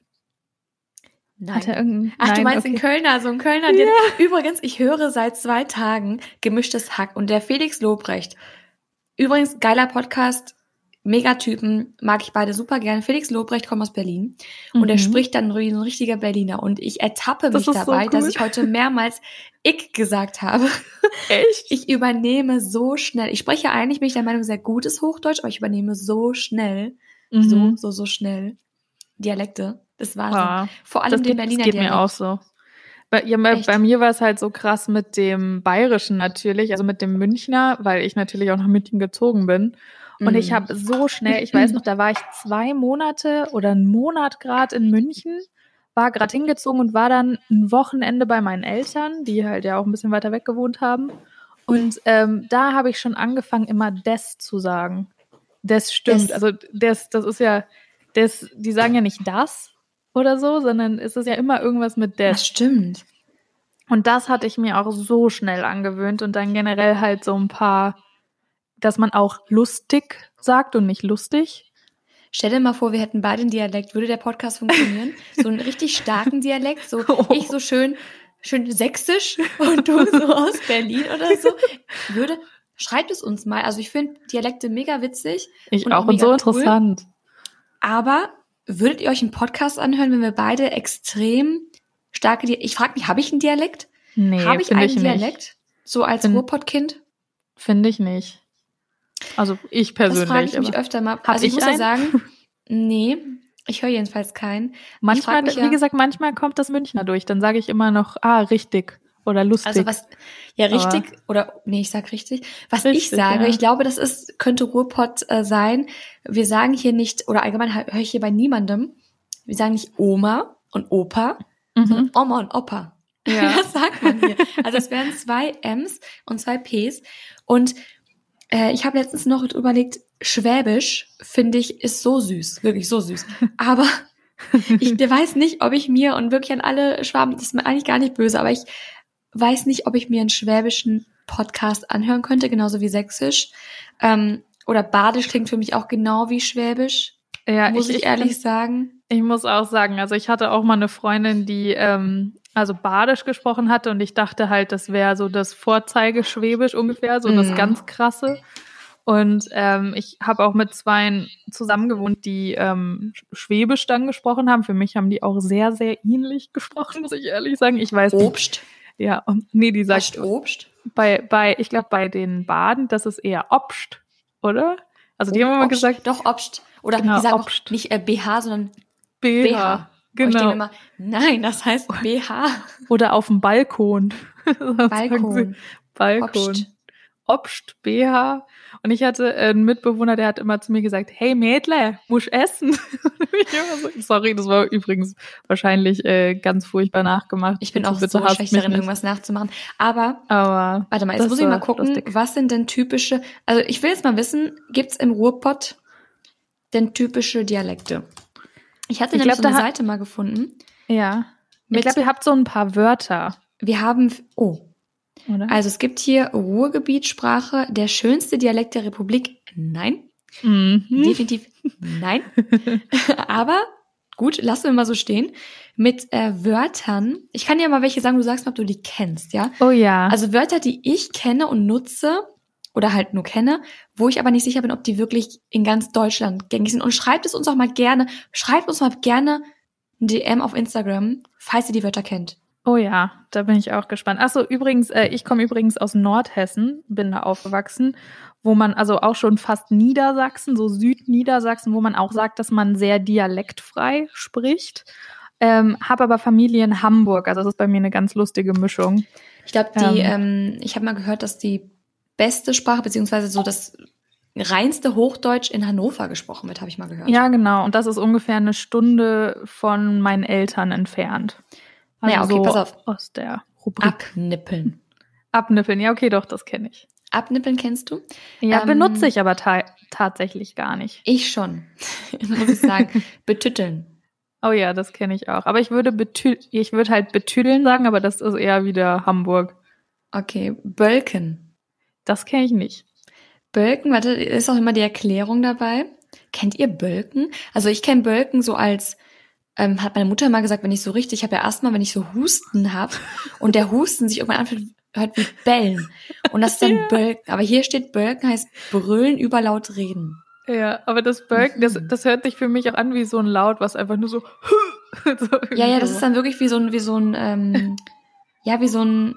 nein. Hat er irgendeinen? Ach, du Nein, meinst okay. den Kölner, so ein Kölner. Ja. Der, übrigens, ich höre seit zwei Tagen Gemischtes Hack und der Felix Lobrecht. Übrigens, geiler Podcast, Megatypen, mag ich beide super gern. Felix Lobrecht kommt aus Berlin und Mhm. er spricht dann wie ein richtiger Berliner und ich ertappe Das mich ist so dabei, cool. dass ich heute mehrmals ich gesagt habe. Echt? Ich übernehme so schnell. Ich spreche eigentlich, bin ich der Meinung, sehr gutes Hochdeutsch, aber ich übernehme so schnell, so, Mhm. so, so schnell Dialekte. Das war so. Ja, Vor allem das den geht, das Berliner geht Dialekt. mir auch so. Bei, ja, bei, Echt? bei mir war es halt so krass mit dem Bayerischen natürlich, also mit dem Münchner, weil ich natürlich auch nach München gezogen bin. Und ich Mm. habe so schnell, ich weiß noch, da war ich zwei Monate oder einen Monat gerade in München, war gerade hingezogen und war dann ein Wochenende bei meinen Eltern, die halt ja auch ein bisschen weiter weg gewohnt haben. Und ähm, da habe ich schon angefangen, immer des zu sagen. Das stimmt. Des. Also des, das ist ja, des, die sagen ja nicht das oder so, sondern es ist ja immer irgendwas mit des. Das stimmt. Und das hatte ich mir auch so schnell angewöhnt und dann generell halt so ein paar, dass man auch lustig sagt und nicht lustig. Stell dir mal vor, wir hätten beide einen Dialekt. Würde der Podcast funktionieren? So einen richtig starken Dialekt. So Oh. ich so schön, schön sächsisch und du so aus Berlin oder so. Würde, schreibt es uns mal. Also ich finde Dialekte mega witzig. Ich Und auch und mega so cool. interessant. Aber würdet ihr euch einen Podcast anhören, wenn wir beide extrem starke Dialekte... Ich frage mich, habe ich einen Dialekt? Nee, habe ich finde einen ich Dialekt? nicht. So als Find- Ruhrpottkind? Finde ich nicht. Also ich persönlich. Das frage ich mich aber öfter mal. Hab Also ich, ich muss ja einen? sagen, nee, ich höre jedenfalls keinen. Manchmal, mich wie ja- gesagt, manchmal kommt das Münchner durch. Dann sage ich immer noch, ah, richtig oder lustig. Also was, ja richtig, Aber- oder nee, ich sag richtig. Was Richtig, ich sage, ja. ich glaube, das ist, könnte Ruhrpott äh, sein. Wir sagen hier nicht, oder allgemein höre ich hier bei niemandem, wir sagen nicht Oma und Opa, sondern Mhm. Oma und Opa. Ja. Das sagt man hier. Also es wären zwei M's und zwei P's. Und äh, ich habe letztens noch überlegt, Schwäbisch, finde ich, ist so süß. Wirklich so süß. Aber ich weiß nicht, ob ich mir, und wirklich an alle Schwaben, das ist mir eigentlich gar nicht böse, aber ich weiß nicht, ob ich mir einen schwäbischen Podcast anhören könnte, genauso wie Sächsisch. Ähm, oder Badisch klingt für mich auch genau wie Schwäbisch, Ja, muss ich, ehrlich find- sagen. Ich muss auch sagen, also ich hatte auch mal eine Freundin, die ähm, also Badisch gesprochen hatte und ich dachte halt, das wäre so das Vorzeigeschwäbisch ungefähr, so das Mhm. ganz krasse. Und ähm, ich habe auch mit zweien zusammengewohnt, die ähm, Schwäbisch dann gesprochen haben. Für mich haben die auch sehr, sehr ähnlich gesprochen, muss ich ehrlich sagen. Ich weiß nicht. Obst. Ja, und nee, die sagt Sagt Obst. bei, bei, ich glaube bei den Baden, das ist eher Obst, oder? Also die haben immer Obst. gesagt, Doch, Obst. Oder Genau, die sagen Obst. auch nicht äh, B H, sondern B B H. H. Und ich Genau. denke immer, nein, das heißt B H. Oder auf dem Balkon. Das sagen Balkon. sie. Balkon. Obst. Obst, B H. Und ich hatte einen Mitbewohner, der hat immer zu mir gesagt, hey Mädle, musst essen. Und ich immer so, sorry, das war übrigens wahrscheinlich äh, ganz furchtbar nachgemacht. Ich bin Bitte, auch bitte so hasst schlecht mich darin, nicht. irgendwas nachzumachen. Aber, Aber warte mal, jetzt das muss ich mal war gucken, lustig. was sind denn typische, also ich will jetzt mal wissen, gibt's im Ruhrpott denn typische Dialekte? Ich hatte Ich nämlich glaub, so eine da hat- Seite mal gefunden. Ja. Ich Mit- glaube, ihr habt so ein paar Wörter, Wir haben, oh, oder? also es gibt hier Ruhrgebietssprache, der schönste Dialekt der Republik. Nein, mhm. definitiv nein. Aber gut, lassen wir mal so stehen. Mit äh, Wörtern, ich kann dir mal welche sagen, du sagst mal, ob du die kennst, ja? Oh ja. Also Wörter, die ich kenne und nutze oder halt nur kenne, wo ich aber nicht sicher bin, ob die wirklich in ganz Deutschland gängig sind. Und schreibt es uns auch mal gerne, schreibt uns mal gerne ein D M auf Instagram, falls ihr die Wörter kennt. Oh ja, da bin ich auch gespannt. Achso, übrigens, äh, ich komme übrigens aus Nordhessen, bin da aufgewachsen, wo man, also auch schon fast Niedersachsen, so Südniedersachsen, wo man auch sagt, dass man sehr dialektfrei spricht. Ähm, habe aber Familie in Hamburg, also das ist bei mir eine ganz lustige Mischung. Ich glaube, die, Ähm. ähm, ich habe mal gehört, dass die beste Sprache, beziehungsweise so das reinste Hochdeutsch in Hannover gesprochen wird, habe ich mal gehört. Ja, genau. Und das ist ungefähr eine Stunde von meinen Eltern entfernt. Also Naja, okay, so pass auf. aus der Rubrik. Abnippeln. Abnippeln. Ja, okay, doch, das kenne ich. Abnippeln kennst du? Ja, Ähm, benutze ich aber ta- tatsächlich gar nicht. Ich schon, muss ich sagen. Betütteln. Oh ja, das kenne ich auch. Aber ich würde betü- ich würde halt betüdeln sagen, aber das ist eher wieder Hamburg. Okay, Bölken. Das kenne ich nicht. Bölken, warte, ist auch immer die Erklärung dabei. Kennt ihr Bölken? Also ich kenne Bölken so als, ähm, hat meine Mutter mal gesagt, wenn ich so richtig, ich habe ja Asthma, wenn ich so Husten habe und der Husten sich irgendwann anfühlt, hört wie Bellen. Und das ist dann Ja. Bölken. Aber hier steht Bölken heißt brüllen, überlaut reden. Ja, aber das Bölken, das, Mhm. das hört sich für mich auch an wie so ein Laut, was einfach nur so. so Ja, ja, das so. ist dann wirklich wie so ein, wie so ein, ähm, ja, wie so ein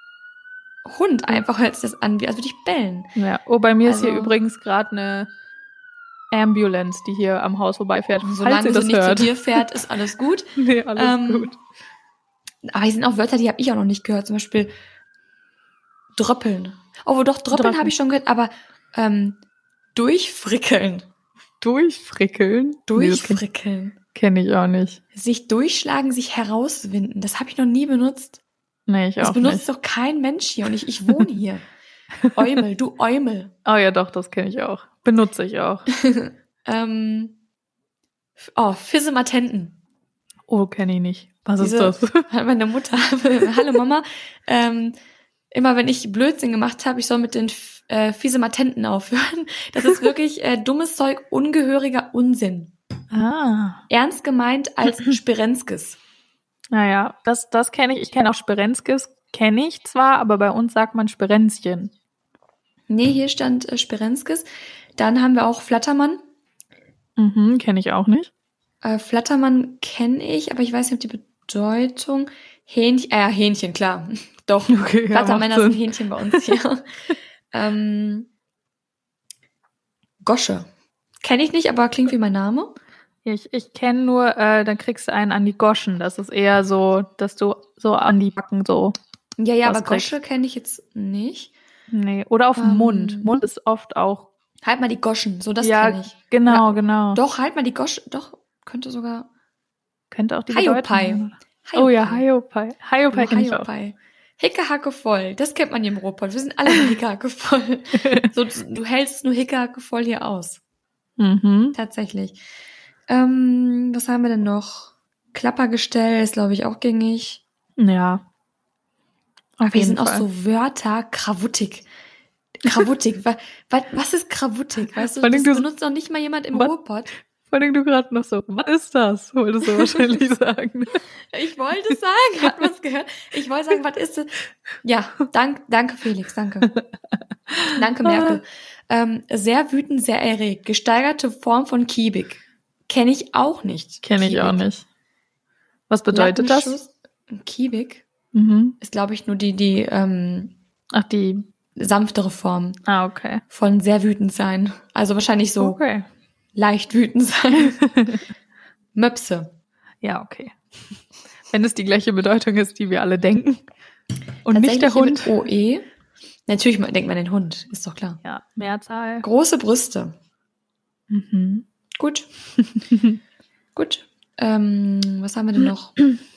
Hund einfach hört sich das an, wie als würde ich bellen. Ja, oh, bei mir ist Also- hier übrigens gerade eine Ambulance, die hier am Haus vorbeifährt. Falls Solange ihr sie das nicht hört. zu dir fährt, ist alles gut. Nee, alles Ähm, gut. Aber hier sind auch Wörter, die habe ich auch noch nicht gehört. Zum Beispiel dröppeln. Oh, doch, dröppeln Dröppeln. habe ich schon gehört, aber ähm, durchfrickeln. Durchfrickeln? Durchfrickeln. Nee, kenne ich auch nicht. Sich durchschlagen, sich herauswinden. Das habe ich noch nie benutzt. Nee, ich Das auch benutzt nicht. doch kein Mensch hier und ich, ich wohne hier. Eumel, du Eumel. Oh ja, doch, das kenne ich auch. Benutze ich auch. ähm, oh, Fissematenten. Oh, kenne ich nicht. Was Diese- ist das? Hat meine Mutter, hallo Mama, ähm, immer wenn ich Blödsinn gemacht habe, ich soll mit den äh, Fissematenten aufhören. Das ist wirklich äh, dummes Zeug, ungehöriger Unsinn. Ah. Ernst gemeint als Spirenskes. Naja, das, das kenne ich. Ich kenne auch Sperenskis, kenne ich zwar, aber bei uns sagt man Sperenzchen. Nee, hier stand äh, Spirenskes. Dann haben wir auch Flattermann. Mhm, kenne ich auch nicht. Äh, Flattermann kenne ich, aber ich weiß nicht, ob die Bedeutung. Hähnchen, äh, Hähnchen, klar. Doch, Okay, ja, Flattermänner macht sind Sinn. Hähnchen bei uns hier. ähm, Gosche. Kenne ich nicht, aber klingt wie mein Name. Ich, ich kenne nur, äh, dann kriegst du einen an die Goschen. Das ist eher so, dass du so an die Backen so. Ja, ja, Was aber kriegst? Gosche kenne ich jetzt nicht. Nee. Oder auf dem Ähm. Mund. Mund ist oft auch. Halt mal die Goschen, so das ja, kenne ich. genau, Ja. genau. Doch, halt mal die Goschen, doch, könnte sogar. Könnte auch die Hiopai. Bedeutung. Oh ja, Hiopai. Hiopai Du kenne ich auch. Hiopai. Hickehacke voll, das kennt man hier im Ruhrpott. Wir sind alle nur Hickehacke voll. So, du hältst nur Hickehacke voll hier aus. Mhm. Tatsächlich. Ähm, was haben wir denn noch? Klappergestell ist, glaube ich, auch gängig. Ja. Auf Aber hier jeden sind auch Fall. so Wörter, krawuttig. Krawuttig. was, was ist krawuttig? Weißt du, Vor allem das du- benutzt doch nicht mal jemand im Was? Ruhrpott. Vor allem du gerade noch so, was ist das? Wolltest du wahrscheinlich sagen. Ich wollte es sagen, hat man es gehört? Ich wollte sagen, was ist das? Ja, dank, danke Felix, danke. Danke Merkel. Ähm, sehr wütend, sehr erregt. Gesteigerte Form von kiebig. Kenne ich auch nicht. Kenne ich auch Kiebig. nicht. Was bedeutet das? Lattenschuss. Kiebig Mhm. ist, glaube ich, nur die, die ähm, Ach, die. sanftere Form Ah, okay. von sehr wütend sein. Also wahrscheinlich so Okay. leicht wütend sein. Möpse. Ja, okay. Wenn es die gleiche Bedeutung ist, die wir alle denken. Und nicht der Tatsächlich Hund. hier mit O E. Natürlich denkt man den Hund, ist doch klar. Ja, Mehrzahl. Große Brüste. Mhm. Gut. Gut. Ähm, was haben wir denn noch?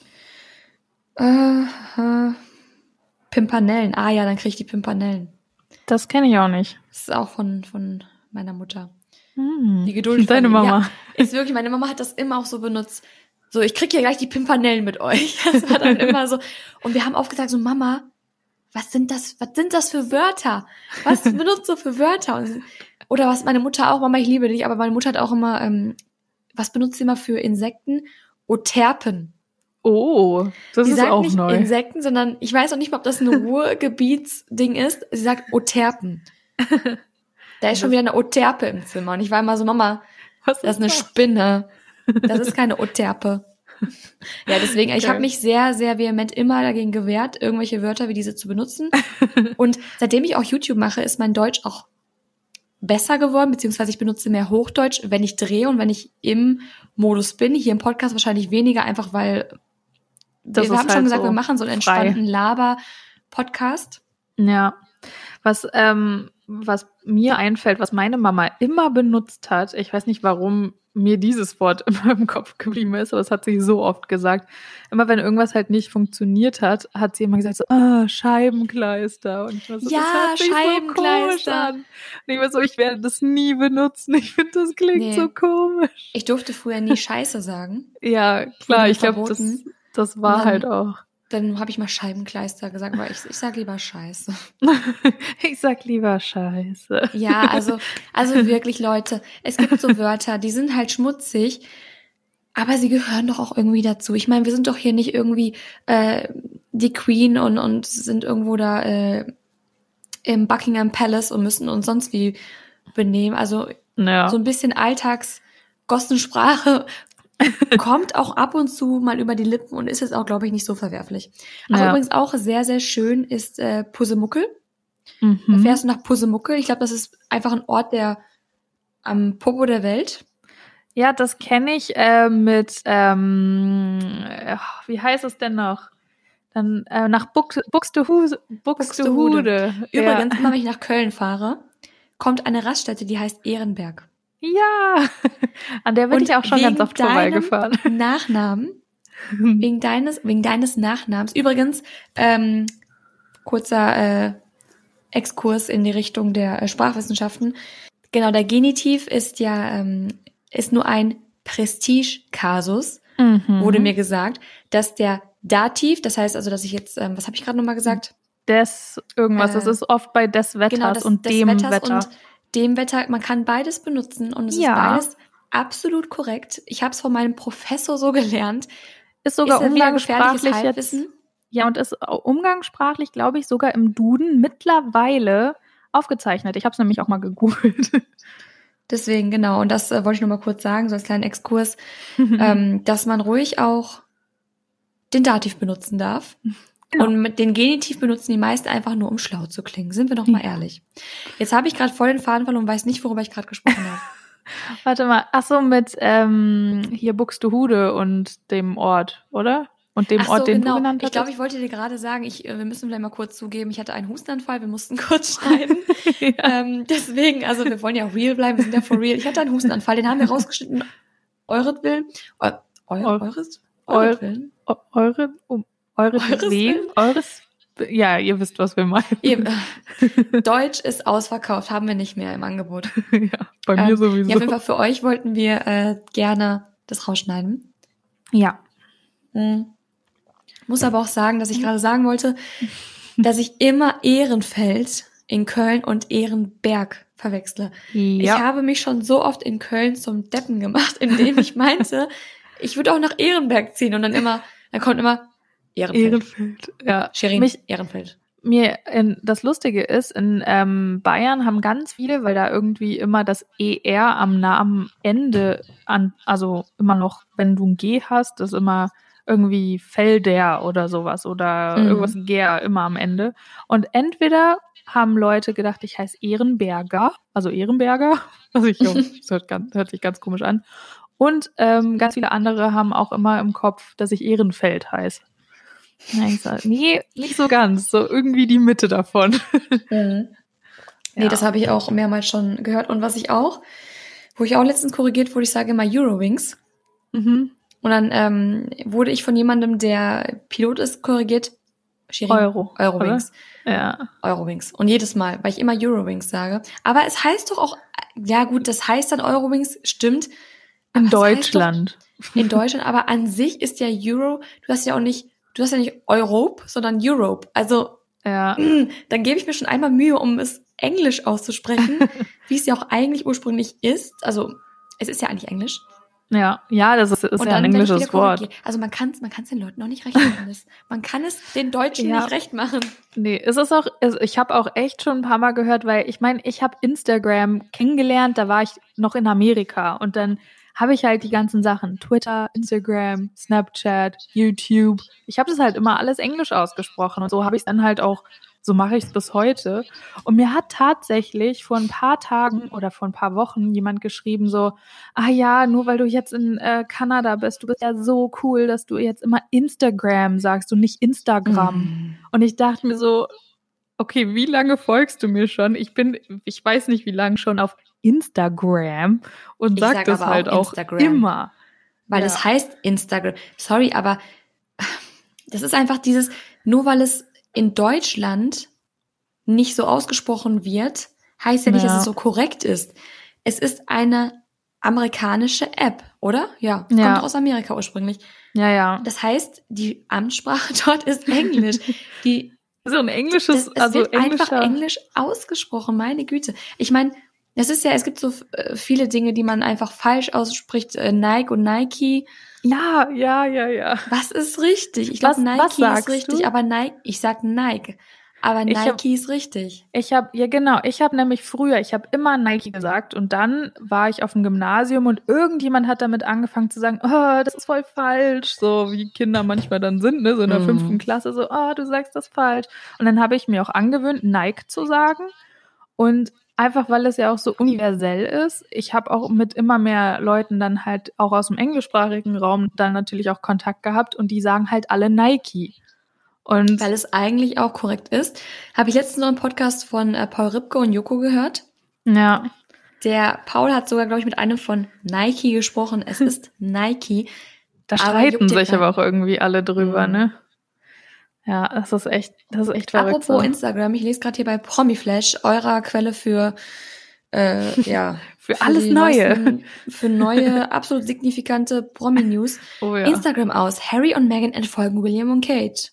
äh, äh, Pimpanellen. Ah ja, dann kriege ich die Pimpanellen. Das kenne ich auch nicht. Das ist auch von, von meiner Mutter. Hm. Die Geduld. Deine von- Mama. Ja, ist wirklich, meine Mama hat das immer auch so benutzt. So, ich krieg hier gleich die Pimpanellen mit euch. Das war dann immer so. Und wir haben oft gesagt, so, Mama, was sind das, was sind das für Wörter? Was benutzt du für Wörter? Und, sie- oder was meine Mutter auch, Mama, ich liebe dich, aber meine Mutter hat auch immer, ähm, was benutzt sie immer für Insekten? Oterpen. Oh, das Sie ist sagt auch nicht neu. Insekten, sondern ich weiß auch nicht mal, ob das ein Ruhrgebietsding ist. Sie sagt Oterpen. Da ist schon wieder eine Oterpe im Zimmer. Und ich war immer so, Mama, Was das ist eine Spinne. Das ist keine Oterpe. Ja, deswegen, ich Okay. habe mich sehr, sehr vehement immer dagegen gewehrt, irgendwelche Wörter wie diese zu benutzen. Und seitdem ich auch YouTube mache, ist mein Deutsch auch besser geworden, beziehungsweise ich benutze mehr Hochdeutsch, wenn ich drehe und wenn ich im Modus bin. Hier im Podcast wahrscheinlich weniger, einfach weil Das wir, wir ist haben schon halt gesagt, so wir machen so einen frei. entspannten Laber-Podcast. Ja. Was, ähm, was mir einfällt, was meine Mama immer benutzt hat, ich weiß nicht, warum mir dieses Wort immer im Kopf geblieben ist, aber das hat sie so oft gesagt. Immer wenn irgendwas halt nicht funktioniert hat, hat sie immer gesagt so, ah, Scheibenkleister. Und ich war so, Ja, das hört sich so komisch Scheibenkleister. an. Und ich war so, ich werde das nie benutzen. Ich finde, das klingt Nee. so komisch. Ich durfte früher nie Scheiße sagen. Ja, Wurde klar, mir ich glaube, das, verboten. das war Und dann- halt auch. Dann habe ich mal Scheibenkleister gesagt, aber ich, ich sag lieber Scheiße. Ich sag lieber Scheiße. Ja, also, also wirklich, Leute, es gibt so Wörter, die sind halt schmutzig, aber sie gehören doch auch irgendwie dazu. Ich meine, wir sind doch hier nicht irgendwie äh, die Queen und, und sind irgendwo da äh, im Buckingham Palace und müssen uns sonst wie benehmen. Also Ja. so ein bisschen Alltagsgossensprache kommt auch ab und zu mal über die Lippen und ist jetzt auch, glaube ich, nicht so verwerflich. Also Ja. übrigens auch sehr, sehr schön ist äh, Pusemuckel. Da Mhm. fährst du nach Pusemuckel. Ich glaube, das ist einfach ein Ort, der am Popo der Welt. Ja, das kenne ich äh, mit, ähm, äh, wie heißt es denn noch? Dann äh, nach Buxtehude. Buxtehude. Buxtehude. Ja. Übrigens, immer wenn ich nach Köln fahre, kommt eine Raststätte, die heißt Ehrenberg. Ja, an der bin Und ich auch schon wegen ganz oft deinem vorbeigefahren. Nachnamen, wegen deines, wegen deines Nachnamens. Übrigens, ähm, kurzer äh, Exkurs in die Richtung der äh, Sprachwissenschaften. Genau, der Genitiv ist ja ähm, ist nur ein Prestige-Kasus, Mhm. wurde mir gesagt, dass der Dativ, das heißt also, dass ich jetzt, ähm, was habe ich gerade nochmal gesagt? Des irgendwas, Äh, das ist oft bei des Wetters Genau, des, und des dem Wetters Wetter. und dem Wetter. Man kann beides benutzen und es Ja. ist beides absolut korrekt. Ich habe es von meinem Professor so gelernt. Ist sogar ist ja wieder gefährliches umgangssprachlich jetzt. Halbwissen. Ja, und ist au- umgangssprachlich, glaube ich, sogar im Duden mittlerweile aufgezeichnet. Ich habe es nämlich auch mal gegoogelt. Deswegen, genau. Und das äh, wollte ich nur mal kurz sagen, so als kleinen Exkurs, ähm, dass man ruhig auch den Dativ benutzen darf. Genau. Und mit den Genitiv benutzen die meisten einfach nur, um schlau zu klingen. Sind wir doch mal Ja. ehrlich. Jetzt habe ich gerade voll den Faden verloren und weiß nicht, worüber ich gerade gesprochen habe. Warte mal, ach so, mit ähm, hier Buxtehude und dem Ort, oder? Und dem Ach Ort, so, den genau. du genannt Ich hast. glaube, ich wollte dir gerade sagen, ich, äh, wir müssen vielleicht mal kurz zugeben, ich hatte einen Hustenanfall, wir mussten kurz schneiden. ja. ähm, deswegen, also wir wollen ja auch real bleiben, wir sind ja for real. Ich hatte einen Hustenanfall, den haben wir rausgeschnitten. Euretwillen? Eu, eu, Eu- eures? Eu- Euretwillen? Eu- Eure, um, eure Eures Wem? Willen? Eures, ja, ihr wisst, was wir meinen. Eben. Deutsch ist ausverkauft, haben wir nicht mehr im Angebot. ja, bei mir Ähm, sowieso. Ja, auf jeden Fall für euch wollten wir äh, gerne das rausschneiden. Ja. Mhm. Muss aber auch sagen, dass ich gerade sagen wollte, dass ich immer Ehrenfeld in Köln und Ehrenberg verwechsle. Ich Ja. habe mich schon so oft in Köln zum Deppen gemacht, indem ich meinte, ich würde auch nach Ehrenberg ziehen und dann immer, dann kommt immer Ehrenfeld. Ehrenfeld. Ja. Shirin, Mich, Ehrenfeld. mir, in, das Lustige ist, in ähm, Bayern haben ganz viele, weil da irgendwie immer das E R am Namenende an, also immer noch, wenn du ein G hast, ist immer irgendwie Felder oder sowas oder Mhm. irgendwas Ger immer am Ende. Und entweder haben Leute gedacht, ich heiße Ehrenberger, also Ehrenberger, was ich, oh, das hört, ganz, hört sich ganz komisch an. Und ähm, ganz viele andere haben auch immer im Kopf, dass ich Ehrenfeld heiße. Na, ich sag, nee, nicht so ganz, so irgendwie die Mitte davon. Mhm. Nee, Ja. das habe ich auch mehrmals schon gehört. Und was ich auch, wo ich auch letztens korrigiert wurde, ich sage immer Eurowings. Mhm. Und dann ähm, wurde ich von jemandem, der Pilot ist, korrigiert. Shirin, Euro. Eurowings. Oder? Ja. Eurowings. Und jedes Mal, weil ich immer Eurowings sage. Aber es heißt doch auch, ja gut, das heißt dann Eurowings, stimmt. In Aber es heißt Deutschland. doch in Deutschland, aber an sich ist ja Euro, du hast ja auch nicht, du hast ja nicht Europe, sondern Europe. Also Ja. dann gebe ich mir schon einmal Mühe, um es Englisch auszusprechen, wie es ja auch eigentlich ursprünglich ist. Also es ist ja eigentlich Englisch. Ja, ja, das ist, ist Und ja ein dann werde ich englisches wieder Wort. korrigiert. Also man kann es man kann's den Leuten auch nicht recht machen. Das, man kann es den Deutschen Ja. nicht recht machen. Nee, es ist auch, es, ich habe auch echt schon ein paar Mal gehört, weil ich meine, ich habe Instagram kennengelernt, da war ich noch in Amerika und dann habe ich halt die ganzen Sachen, Twitter, Instagram, Snapchat, YouTube. Ich habe das halt immer alles Englisch ausgesprochen und so habe ich es dann halt auch, so mache ich es bis heute. Und mir hat tatsächlich vor ein paar Tagen oder vor ein paar Wochen jemand geschrieben so, ah ja, nur weil du jetzt in äh, Kanada bist, du bist ja so cool, dass du jetzt immer Instagram sagst und nicht Instagram. Mm. Und ich dachte mir so, okay, wie lange folgst du mir schon? Ich bin, ich weiß nicht, wie lange schon auf Instagram und Ich sag, sag das aber halt auch auch Instagram. immer. Weil Ja. das heißt Instagram. Sorry, aber das ist einfach dieses, nur weil es in Deutschland nicht so ausgesprochen wird, heißt ja nicht, dass Ja. es so korrekt ist. Es ist eine amerikanische App, oder? Ja, es Ja. kommt aus Amerika ursprünglich. Ja, ja. Das heißt, die Amtssprache dort ist Englisch. Die, So ein englisches, das, es also wird einfach englischer. Englisch ausgesprochen, meine Güte. Ich meine, es ist ja, es gibt so äh, viele Dinge, die man einfach falsch ausspricht, äh, Nike und Nike. Ja, ja, ja, ja. Was ist richtig? Ich Was- glaube, was Nike ist sagst richtig, du? aber Nike, ich sag Nike, aber Ich hab- Nike ist richtig. Ich habe, ja genau, ich habe nämlich früher, ich habe immer Nike gesagt und dann war ich auf dem Gymnasium und irgendjemand hat damit angefangen zu sagen, oh, das ist voll falsch, so wie Kinder manchmal dann sind, ne, so in der Mhm. fünften Klasse, so, oh, du sagst das falsch. Und dann habe ich mir auch angewöhnt, Nike zu sagen und einfach, weil es ja auch so universell ist. Ich habe auch mit immer mehr Leuten dann halt auch aus dem englischsprachigen Raum dann natürlich auch Kontakt gehabt und die sagen halt alle Nike. Und Weil es eigentlich auch korrekt ist. Habe ich letztens noch einen Podcast von äh, Paul Ripke und Joko gehört. ja, Der Paul hat sogar, glaube ich, mit einem von Nike gesprochen. Es ist Nike. da Aber streiten juckt dir sich aber keinen. auch irgendwie alle drüber, Mhm. ne? Ja, das ist echt, das ist echt verrückt. Apropos so. Instagram, ich lese gerade hier bei Promiflash, eurer Quelle für äh, ja Für alles die Neue. neuesten- für neue, absolut signifikante Promi-News. Oh ja. Instagram aus. Harry und Meghan entfolgen William und Kate.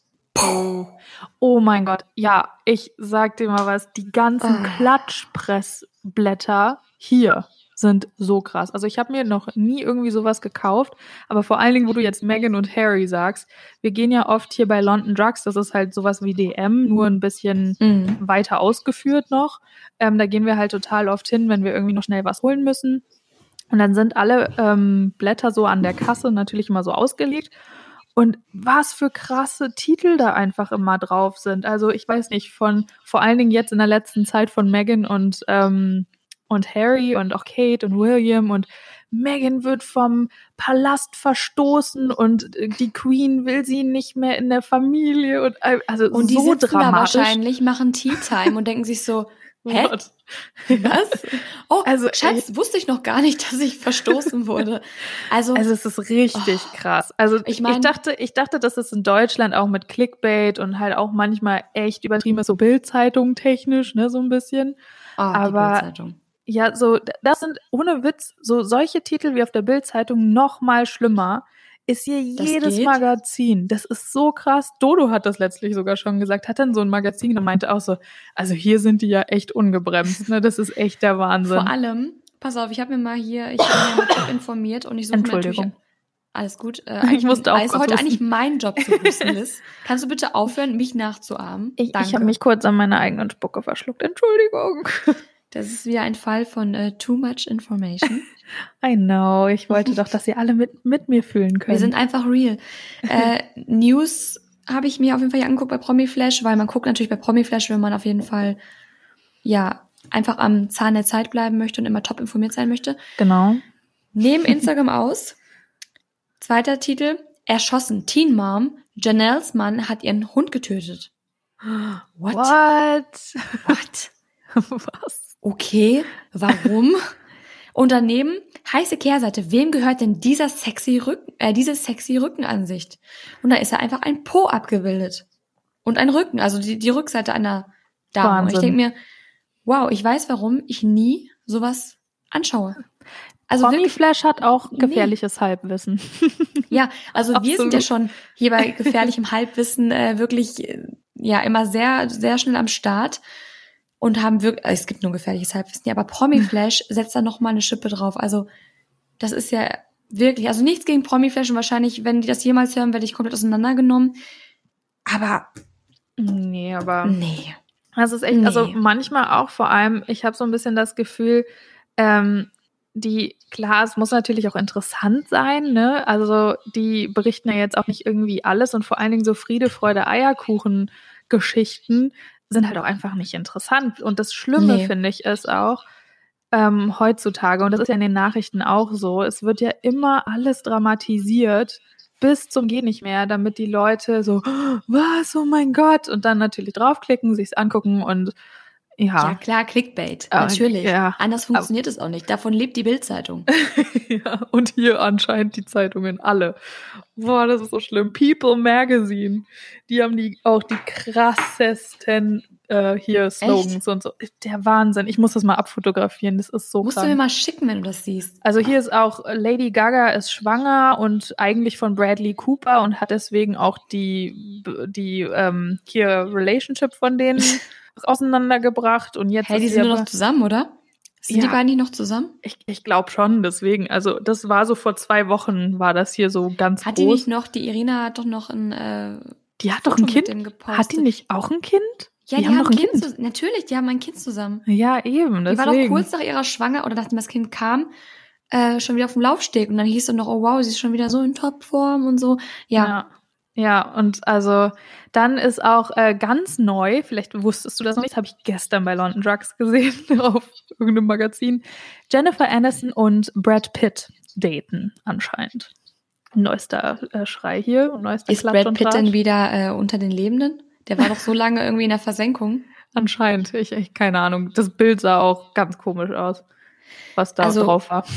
Oh mein Gott, ja, ich sag dir mal was, die ganzen Ah. Klatschpressblätter hier sind so krass. Also ich habe mir noch nie irgendwie sowas gekauft, aber vor allen Dingen, wo du jetzt Meghan und Harry sagst, wir gehen ja oft hier bei London Drugs, das ist halt sowas wie D M, nur ein bisschen Mhm. weiter ausgeführt noch. Ähm, da gehen wir halt total oft hin, wenn wir irgendwie noch schnell was holen müssen. Und dann sind alle ähm, Blätter so an der Kasse natürlich immer so ausgelegt. Und was für krasse Titel da einfach immer drauf sind. Also ich weiß nicht, von vor allen Dingen jetzt in der letzten Zeit von Meghan und, ähm, und Harry und auch Kate und William und Meghan wird vom Palast verstoßen und die Queen will sie nicht mehr in der Familie und äh, also Und die so sitzen dramatisch. da wahrscheinlich, machen Tea Time und denken sich so, hä? What? Was? Oh, Also, Schatz, wusste ich noch gar nicht, dass ich verstoßen wurde. Also, Also es ist richtig Oh. krass. Also Ich ich, mein- dachte, ich dachte, dass es in Deutschland auch mit Clickbait und halt auch manchmal echt übertrieben ist, so Bild-Zeitung technisch, ne, so ein bisschen. oh, die aber- Bild-Zeitung. Ja, so, das sind ohne Witz, so solche Titel wie auf der Bild-Zeitung noch mal schlimmer. Ist hier Das jedes geht? Magazin. Das ist so krass. Dodo hat das letztlich sogar schon gesagt, hat dann so ein Magazin und meinte auch so, also hier sind die ja echt ungebremst, ne, das ist echt der Wahnsinn. Vor allem, pass auf, ich habe mir mal hier, ich habe mir mal top informiert und ich suche mir Entschuldigung. natürlich alles gut. Äh, Ich eigentlich- musste auch ist kurz heute husten. eigentlich mein Job zu husten, Liz. Kannst du bitte aufhören, mich nachzuahmen? Ich, Danke. ich habe mich kurz an meiner eigenen Spucke verschluckt. Entschuldigung. Das ist wieder ein Fall von äh, too much information. I know, ich wollte doch, dass ihr alle mit, mit mir fühlen könnt. Wir sind einfach real. Äh, News habe ich mir auf jeden Fall hier angeguckt bei Promiflash, weil man guckt natürlich bei Promiflash, wenn man auf jeden Fall ja einfach am Zahn der Zeit bleiben möchte und immer top informiert sein möchte. Genau. Nehmen Instagram aus. Zweiter Titel: Erschossen. Teen Mom. Janelles Mann hat ihren Hund getötet. What? What? What? Was? Okay, warum? Und daneben heiße Kehrseite. Wem gehört denn dieser sexy Rücken, äh, diese sexy Rückenansicht? Und da ist ja einfach ein Po abgebildet. Und ein Rücken, also die, die Rückseite einer Dame. Und ich Wahnsinn. denke mir, wow, ich weiß, warum ich nie sowas anschaue. Also wirklich, Promiflash hat auch Nee. gefährliches Halbwissen. ja, also wir sind Absolut. ja schon hier bei gefährlichem Halbwissen äh, wirklich äh, ja immer sehr, sehr schnell am Start. Und haben wirklich, es gibt nur gefährliches Halbwissen, ja, aber Promiflash setzt da noch mal eine Schippe drauf. Also das ist ja wirklich, also nichts gegen Promiflash und wahrscheinlich, wenn die das jemals hören, werde ich komplett auseinandergenommen. Aber Nee, aber nee. das ist echt, Nee. also manchmal auch vor allem, ich habe so ein bisschen das Gefühl, ähm, die, klar, es muss natürlich auch interessant sein, ne? Also die berichten ja jetzt auch nicht irgendwie alles und vor allen Dingen so Friede, Freude, Eierkuchen-Geschichten sind halt auch einfach nicht interessant. Und das Schlimme, Nee. finde ich, ist auch, ähm, heutzutage, und das ist ja in den Nachrichten auch so, es wird ja immer alles dramatisiert, bis zum Geht nicht mehr, damit die Leute so, was, oh mein Gott, und dann natürlich draufklicken, sich's angucken und ja. Ja klar, Clickbait, äh, natürlich. Ja. Anders funktioniert es auch nicht. Davon lebt die Bild-Zeitung. Ja, und hier anscheinend die Zeitungen alle. Boah, das ist so schlimm. People Magazine, die haben die auch die krassesten äh, hier Slogans Echt? Und so. Der Wahnsinn. Ich muss das mal abfotografieren. Das ist so Musst krank. du mir mal schicken, wenn du das siehst. Also hier ist auch Lady Gaga ist schwanger und eigentlich von Bradley Cooper und hat deswegen auch die die ähm, hier Relationship von denen auseinandergebracht und jetzt hey, die sind nur noch zusammen, oder? Sind ja. die beiden nicht noch zusammen? Ich, ich glaube schon, deswegen. Also das war so vor zwei Wochen, war das hier so ganz hat groß. Hat die nicht noch, die Irina hat doch noch ein äh, Die hat Foto doch ein Kind? Hat die nicht auch ein Kind? Ja, die, die haben, haben ein Kind. kind. Zu, natürlich, die haben ein Kind zusammen. Ja, eben, deswegen. Die war doch kurz nach ihrer Schwanger, oder nachdem das Kind kam, äh, schon wieder auf dem Laufsteg. Und dann hieß es noch, oh wow, sie ist schon wieder so in Topform und so. Ja. ja. Ja, und also dann ist auch äh, ganz neu, vielleicht wusstest du das noch nicht, das habe ich gestern bei London Drugs gesehen, auf irgendeinem Magazin, Jennifer Aniston und Brad Pitt daten anscheinend. Neuester äh, Schrei hier und neuester Ist Klatsch Brad Pitt denn wieder äh, unter den Lebenden? Der war doch so lange irgendwie in der Versenkung. Anscheinend, ich, ich keine Ahnung. Das Bild sah auch ganz komisch aus, was da also, drauf war.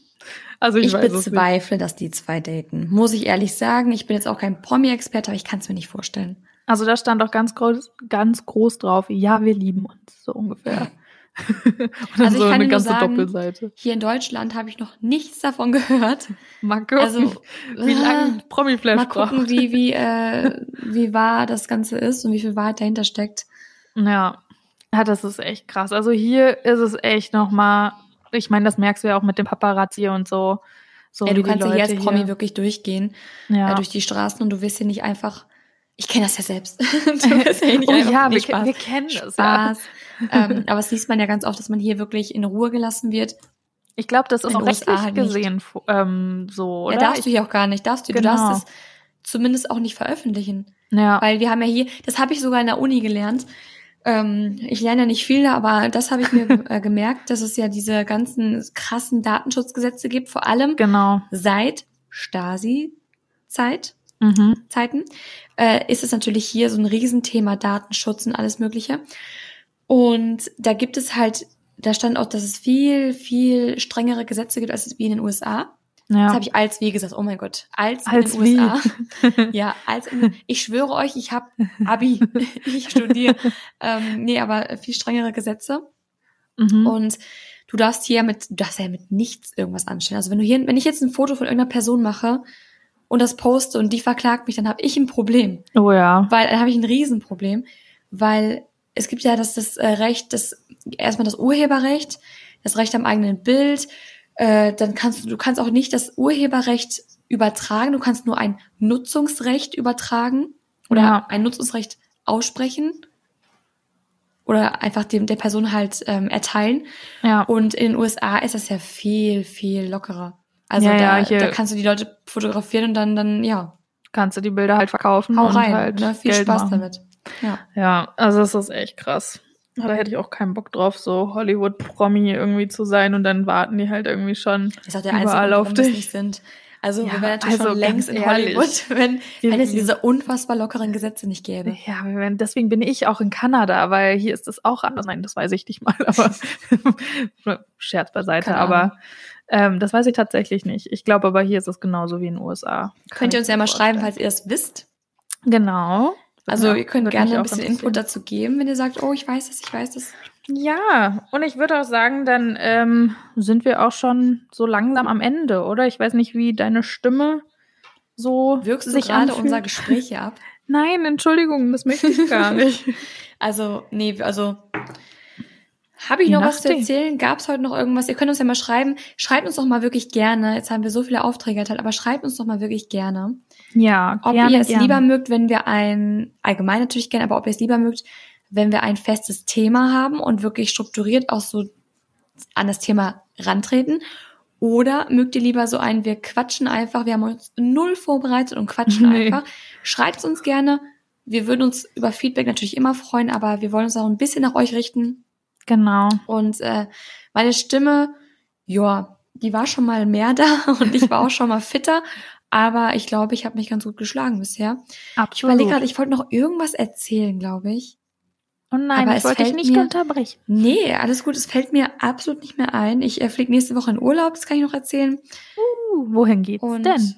Also ich, ich weiß bezweifle, dass die zwei daten. Muss ich ehrlich sagen. Ich bin jetzt auch kein Promi-Experte, aber ich kann es mir nicht vorstellen. Also da stand auch ganz groß, ganz groß drauf, ja, wir lieben uns, so ungefähr. Und also ich so kann eine nur ganze sagen, Doppelseite. Hier in Deutschland habe ich noch nichts davon gehört. Mal gucken, also, wie lange Promi-Flash Mal gucken, braucht. wie, wie, äh, wie wahr das Ganze ist und wie viel Wahrheit dahinter steckt. Ja. ja, das ist echt krass. Also hier ist es echt nochmal... Ich meine, das merkst du ja auch mit dem Paparazzi und so. so ja, du kannst ja hier als Promi hier. wirklich durchgehen ja. äh, durch die Straßen und du wirst hier nicht einfach, ich kenne das ja selbst. du wirst ja nicht oh einfach, ja, nee, wir, Spaß. wir kennen das. Spaß. Ja. ähm, aber es liest man ja ganz oft, dass man hier wirklich in Ruhe gelassen wird. Ich glaube, das ist in auch rechtlich halt gesehen ähm, so, oder? Ja, darfst du hier auch gar nicht. Darfst du, genau. du darfst es zumindest auch nicht veröffentlichen. Ja. Weil wir haben ja hier, das habe ich sogar in der Uni gelernt, Ähm, ich lerne ja nicht viel, aber das habe ich mir äh, gemerkt, dass es ja diese ganzen krassen Datenschutzgesetze gibt, vor allem genau. seit Stasi-Zeit, mhm. Zeiten, äh, ist es natürlich hier so ein Riesenthema Datenschutz und alles Mögliche. Und da gibt es halt, da stand auch, dass es viel, viel strengere Gesetze gibt als wie in den U S A. Ja. Das habe ich als wie gesagt, oh mein Gott, als, als in den wie? U S A. Ja, als in, ich schwöre euch, ich habe Abi, ich studiere. Ähm, nee, aber viel strengere Gesetze. Mhm. Und du darfst hier mit, du darfst ja mit nichts irgendwas anstellen. Also wenn du hier, wenn ich jetzt ein Foto von irgendeiner Person mache und das poste und die verklagt mich, dann habe ich ein Problem. Oh ja. Weil dann habe ich ein Riesenproblem, weil es gibt ja das, das äh, Recht, das erstmal das Urheberrecht, das Recht am eigenen Bild. Äh, dann kannst du, du kannst auch nicht das Urheberrecht übertragen, du kannst nur ein Nutzungsrecht übertragen oder ja. ein Nutzungsrecht aussprechen oder einfach dem der Person halt ähm, erteilen. Ja. Und in den U S A ist das ja viel, viel lockerer. Also ja, da, ja, hier da kannst du die Leute fotografieren und dann, dann ja. Kannst du die Bilder halt verkaufen Hau und rein, halt ne? Viel Geld Spaß machen. damit. Ja. ja, also das ist echt krass. Da hätte ich auch keinen Bock drauf, so Hollywood-Promi irgendwie zu sein und dann warten die halt irgendwie schon ist auch der überall einzige, auf warum wir dich. es nicht sind. Also ja, wir wären natürlich also schon längst in ehrlich. Hollywood, wenn, wir, wenn es diese unfassbar lockeren Gesetze nicht gäbe. Ja, wir wären, deswegen bin ich auch in Kanada, weil hier ist es auch anders. Nein, das weiß ich nicht mal, aber Scherz beiseite, Keine aber Ahnung. ähm, das weiß ich tatsächlich nicht. Ich glaube aber, hier ist es genauso wie in den U S A. Kann Könnt ihr uns ja mal vorstellen. schreiben, falls ihr es wisst. Genau. Also ja, ihr könnt gerne ein bisschen Input interessieren. dazu geben, wenn ihr sagt, oh, ich weiß das, ich weiß das. Ja, und ich würde auch sagen, dann ähm, sind wir auch schon so langsam am Ende, oder? Ich weiß nicht, wie deine Stimme so Wirkst du sich gerade anfühlt. unser Gespräch hier ab? Nein, Entschuldigung, das möchte ich gar nicht. Also, nee, also habe ich noch was zu erzählen? Gab es heute noch irgendwas? Ihr könnt uns ja mal schreiben. Schreibt uns doch mal wirklich gerne. Jetzt haben wir so viele Aufträge erteilt, aber schreibt uns doch mal wirklich gerne. Ja, ob gerne, ihr es gerne. lieber mögt, wenn wir ein, allgemein natürlich gerne, aber ob ihr es lieber mögt, wenn wir ein festes Thema haben und wirklich strukturiert auch so an das Thema rantreten. Oder mögt ihr lieber so ein, wir quatschen einfach, wir haben uns null vorbereitet und quatschen Nee. einfach. Schreibt es uns gerne. Wir würden uns über Feedback natürlich immer freuen, aber wir wollen uns auch ein bisschen nach euch richten. Genau. Und äh, meine Stimme, ja, die war schon mal mehr da und ich war auch schon mal fitter. Aber ich glaube, ich habe mich ganz gut geschlagen bisher. Absolut. Ich überlege gerade, ich wollte noch irgendwas erzählen, glaube ich. Oh nein, Aber ich wollte dich nicht mir, unterbrechen. Nee, alles gut, es fällt mir absolut nicht mehr ein. Ich äh, fliege nächste Woche in Urlaub, das kann ich noch erzählen. Uh, wohin geht's Und denn?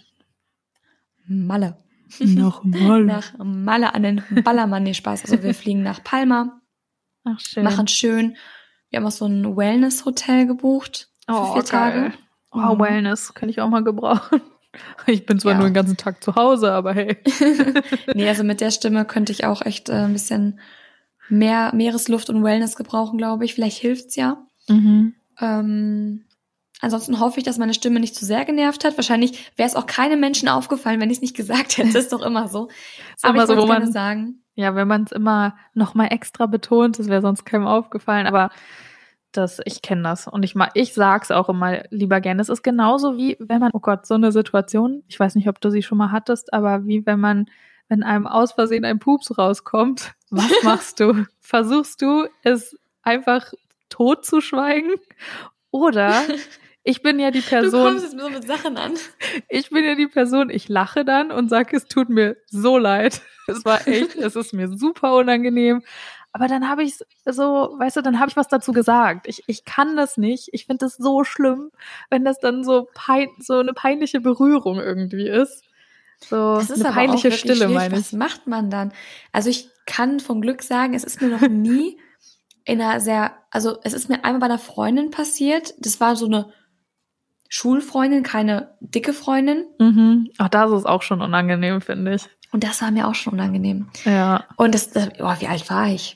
Malle. Nach Malle. Nach Malle an den Ballermann, nee, Spaß. Also wir fliegen nach Palma. Ach, schön. Machen schön. Wir haben auch so ein Wellness-Hotel gebucht für oh, vier Tage. Geil. Oh, mhm. Wellness kann ich auch mal gebrauchen. Ich bin zwar ja. nur den ganzen Tag zu Hause, aber hey. Nee, also mit der Stimme könnte ich auch echt äh, ein bisschen mehr Meeresluft und Wellness gebrauchen, glaube ich. Vielleicht hilft's ja. Mhm. Ähm, ansonsten hoffe ich, dass meine Stimme nicht zu sehr genervt hat. Wahrscheinlich wäre es auch keinem Menschen aufgefallen, wenn ich es nicht gesagt hätte. Das ist doch immer so. Ist aber ich wollte so, gerne man, sagen. Ja, wenn man es immer noch mal extra betont, das wäre sonst keinem aufgefallen. Aber das, ich kenne das. Und ich, ich sag's auch immer lieber gerne. Es ist genauso wie, wenn man, oh Gott, so eine Situation, ich weiß nicht, ob du sie schon mal hattest, aber wie wenn man, wenn einem aus Versehen ein Pups rauskommt, was machst du? Versuchst du, es einfach tot zu schweigen? Oder ich bin ja die Person. Du kommst jetzt so mit Sachen an. Ich bin ja die Person, ich lache dann und sage, es tut mir so leid. Es war echt, es ist mir super unangenehm. Aber dann habe ich so, weißt du, dann habe ich was dazu gesagt. Ich, ich kann das nicht. Ich finde das so schlimm, wenn das dann so pein, so eine peinliche Berührung irgendwie ist. So das ist eine aber peinliche auch Stille, meine ich. Was macht man dann? Also ich kann vom Glück sagen, es ist mir noch nie in einer sehr, also es ist mir einmal bei einer Freundin passiert. Das war so eine Schulfreundin, keine dicke Freundin. Mhm. Ach, das ist auch schon unangenehm, finde ich. Und das war mir auch schon unangenehm. Ja. Und das, das oh, wie alt war ich?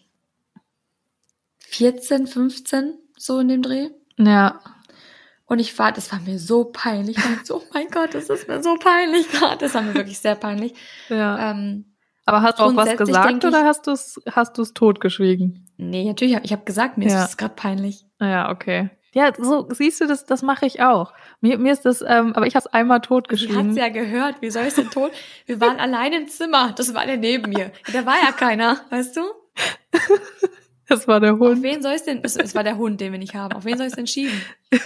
vierzehn, fünfzehn, so in dem Dreh. Ja. Und ich war, das war mir so peinlich. Ich dachte so, oh mein Gott, das ist mir so peinlich gerade. Das war mir wirklich sehr peinlich. Ja. Ähm, Aber hast du auch was gesagt oder hast du es hast du es totgeschwiegen? Nee, natürlich, ich habe gesagt, mir ja. ist es gerade peinlich. Ja, okay. Ja, so siehst du, das das mache ich auch. Mir mir ist das, ähm, aber ich habe es einmal totgeschwiegen. Ich hat's ja gehört, wie soll ich denn tot? Wir waren allein im Zimmer, das war der neben mir. Da war ja keiner, weißt du? Das war der Hund. Auf wen soll ich denn, es, es war der Hund, den wir nicht haben. Auf wen soll ich denn schieben?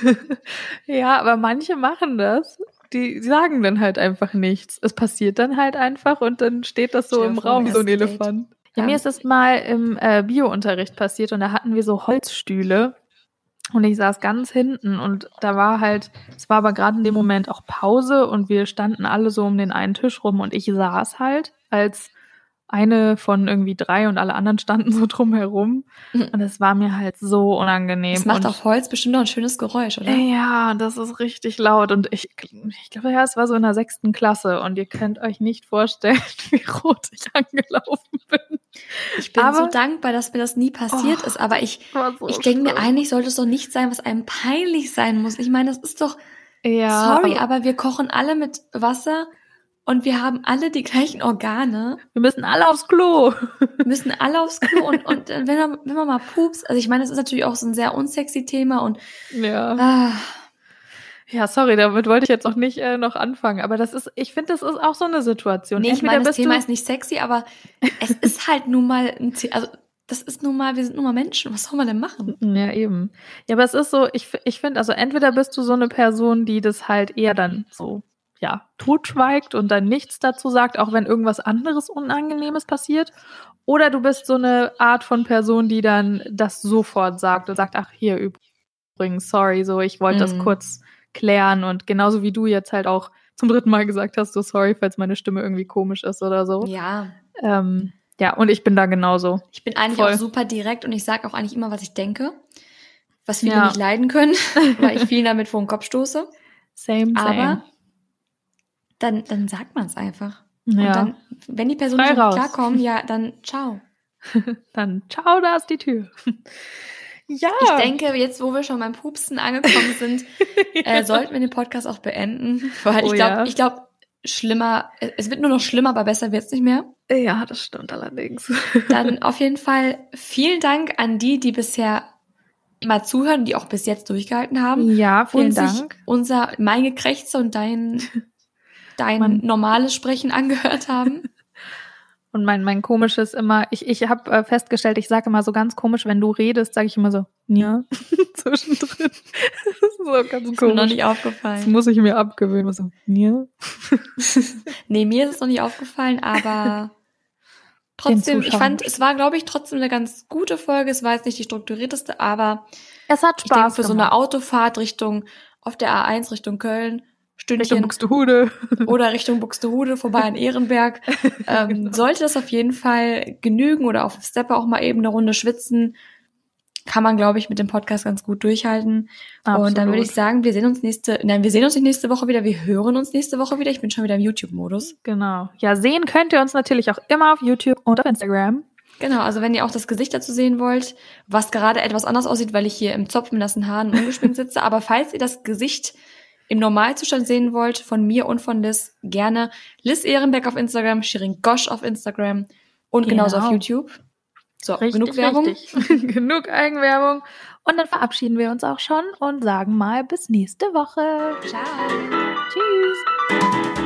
Ja, aber manche machen das. Die sagen dann halt einfach nichts. Es passiert dann halt einfach und dann steht das so im Raum, so ein Elefant. Ja, mir ist das mal im äh, Bio-Unterricht passiert und da hatten wir so Holzstühle und ich saß ganz hinten und da war halt, es war aber gerade in dem Moment auch Pause und wir standen alle so um den einen Tisch rum und ich saß halt als eine von irgendwie drei und alle anderen standen so drumherum. Und es war mir halt so unangenehm. Das macht und auf Holz bestimmt noch ein schönes Geräusch, oder? Ja, das ist richtig laut. Und ich, ich glaube, ja, es war so in der sechsten Klasse. Und ihr könnt euch nicht vorstellen, wie rot ich angelaufen bin. Ich bin aber, so dankbar, dass mir das nie passiert oh, ist. Aber ich, so ich denke mir, eigentlich sollte es doch nicht sein, was einem peinlich sein muss. Ich meine, das ist doch, ja, sorry, aber, aber wir kochen alle mit Wasser. Und wir haben alle die gleichen Organe. Wir müssen alle aufs Klo. Wir müssen alle aufs Klo. Und, und wenn, man, wenn man mal pups, also ich meine, das ist natürlich auch so ein sehr unsexy Thema. Und ja. Ah. Ja, sorry, damit wollte ich jetzt auch nicht äh, noch anfangen. Aber das ist, ich finde, das ist auch so eine Situation. Nee, ich meine, das Thema ist nicht sexy, aber es ist halt nun mal ein Thema, also das ist nun mal, wir sind nun mal Menschen. Was soll man denn machen? Ja, eben. Ja, aber es ist so, ich, ich finde, also entweder bist du so eine Person, die das halt eher dann so ja, totschweigt und dann nichts dazu sagt, auch wenn irgendwas anderes Unangenehmes passiert. Oder du bist so eine Art von Person, die dann das sofort sagt und sagt, ach, hier übrigens, sorry, so, ich wollte mm. das kurz klären. Und genauso wie du jetzt halt auch zum dritten Mal gesagt hast, so sorry, falls meine Stimme irgendwie komisch ist oder so. Ja. Ähm, ja, und ich bin da genauso. Ich bin eigentlich Voll. auch super direkt und ich sage auch eigentlich immer, was ich denke. Was viele ja. nicht leiden können, weil ich vielen damit vor den Kopf stoße. Same, same. Aber Dann, dann sagt man es einfach. Ja. Und dann, wenn die Personen nicht klarkommen, ja, dann ciao. Dann ciao, da ist die Tür. Ja. Ich denke, jetzt, wo wir schon beim Pupsen angekommen sind, äh, sollten wir den Podcast auch beenden. Weil oh, ich glaube, ja. ich glaube, schlimmer, es wird nur noch schlimmer, aber besser wird's nicht mehr. Ja, das stimmt allerdings. Dann auf jeden Fall vielen Dank an die, die bisher mal zuhören, die auch bis jetzt durchgehalten haben. Ja, vielen und Dank. Sich unser, mein Gekrächze und dein dein Man. normales Sprechen angehört haben. Und mein mein komisches immer, ich ich habe äh, festgestellt, ich sage immer so ganz komisch, wenn du redest, sage ich immer so, ja, zwischendrin. Das ist So ganz komisch. Ist mir noch nicht aufgefallen. Das muss ich mir abgewöhnen. So, ja. Nee, mir ist es noch nicht aufgefallen, aber trotzdem, ich fand, es war, glaube ich, trotzdem eine ganz gute Folge. Es war jetzt nicht die strukturierteste, aber es hat Spaß ich denke, für gemacht. so eine Autofahrt Richtung, auf der A eins Richtung Köln, Stündchen. Richtung Buxtehude. Oder Richtung Buxtehude, vorbei an Ehrenberg, ähm, genau. Sollte das auf jeden Fall genügen oder auf Stepper auch mal eben eine Runde schwitzen, kann man, glaube ich, mit dem Podcast ganz gut durchhalten. Absolut. Und dann würde ich sagen, wir sehen uns nächste, nein, wir sehen uns nicht nächste Woche wieder, wir hören uns nächste Woche wieder. Ich bin schon wieder im YouTube-Modus. Genau. Ja, sehen könnt ihr uns natürlich auch immer auf YouTube und auf Instagram. Genau, also wenn ihr auch das Gesicht dazu sehen wollt, was gerade etwas anders aussieht, weil ich hier im Zopf mit nassen Haaren ungeschminkt sitze, aber falls ihr das Gesicht im Normalzustand sehen wollt, von mir und von Liz, gerne Liz Ehrenberg auf Instagram, Shirin Gosch auf Instagram und genau. genauso auf YouTube. So, richtig, genug Werbung. Genug Eigenwerbung. Und dann verabschieden wir uns auch schon und sagen mal bis nächste Woche. Ciao. Tschüss.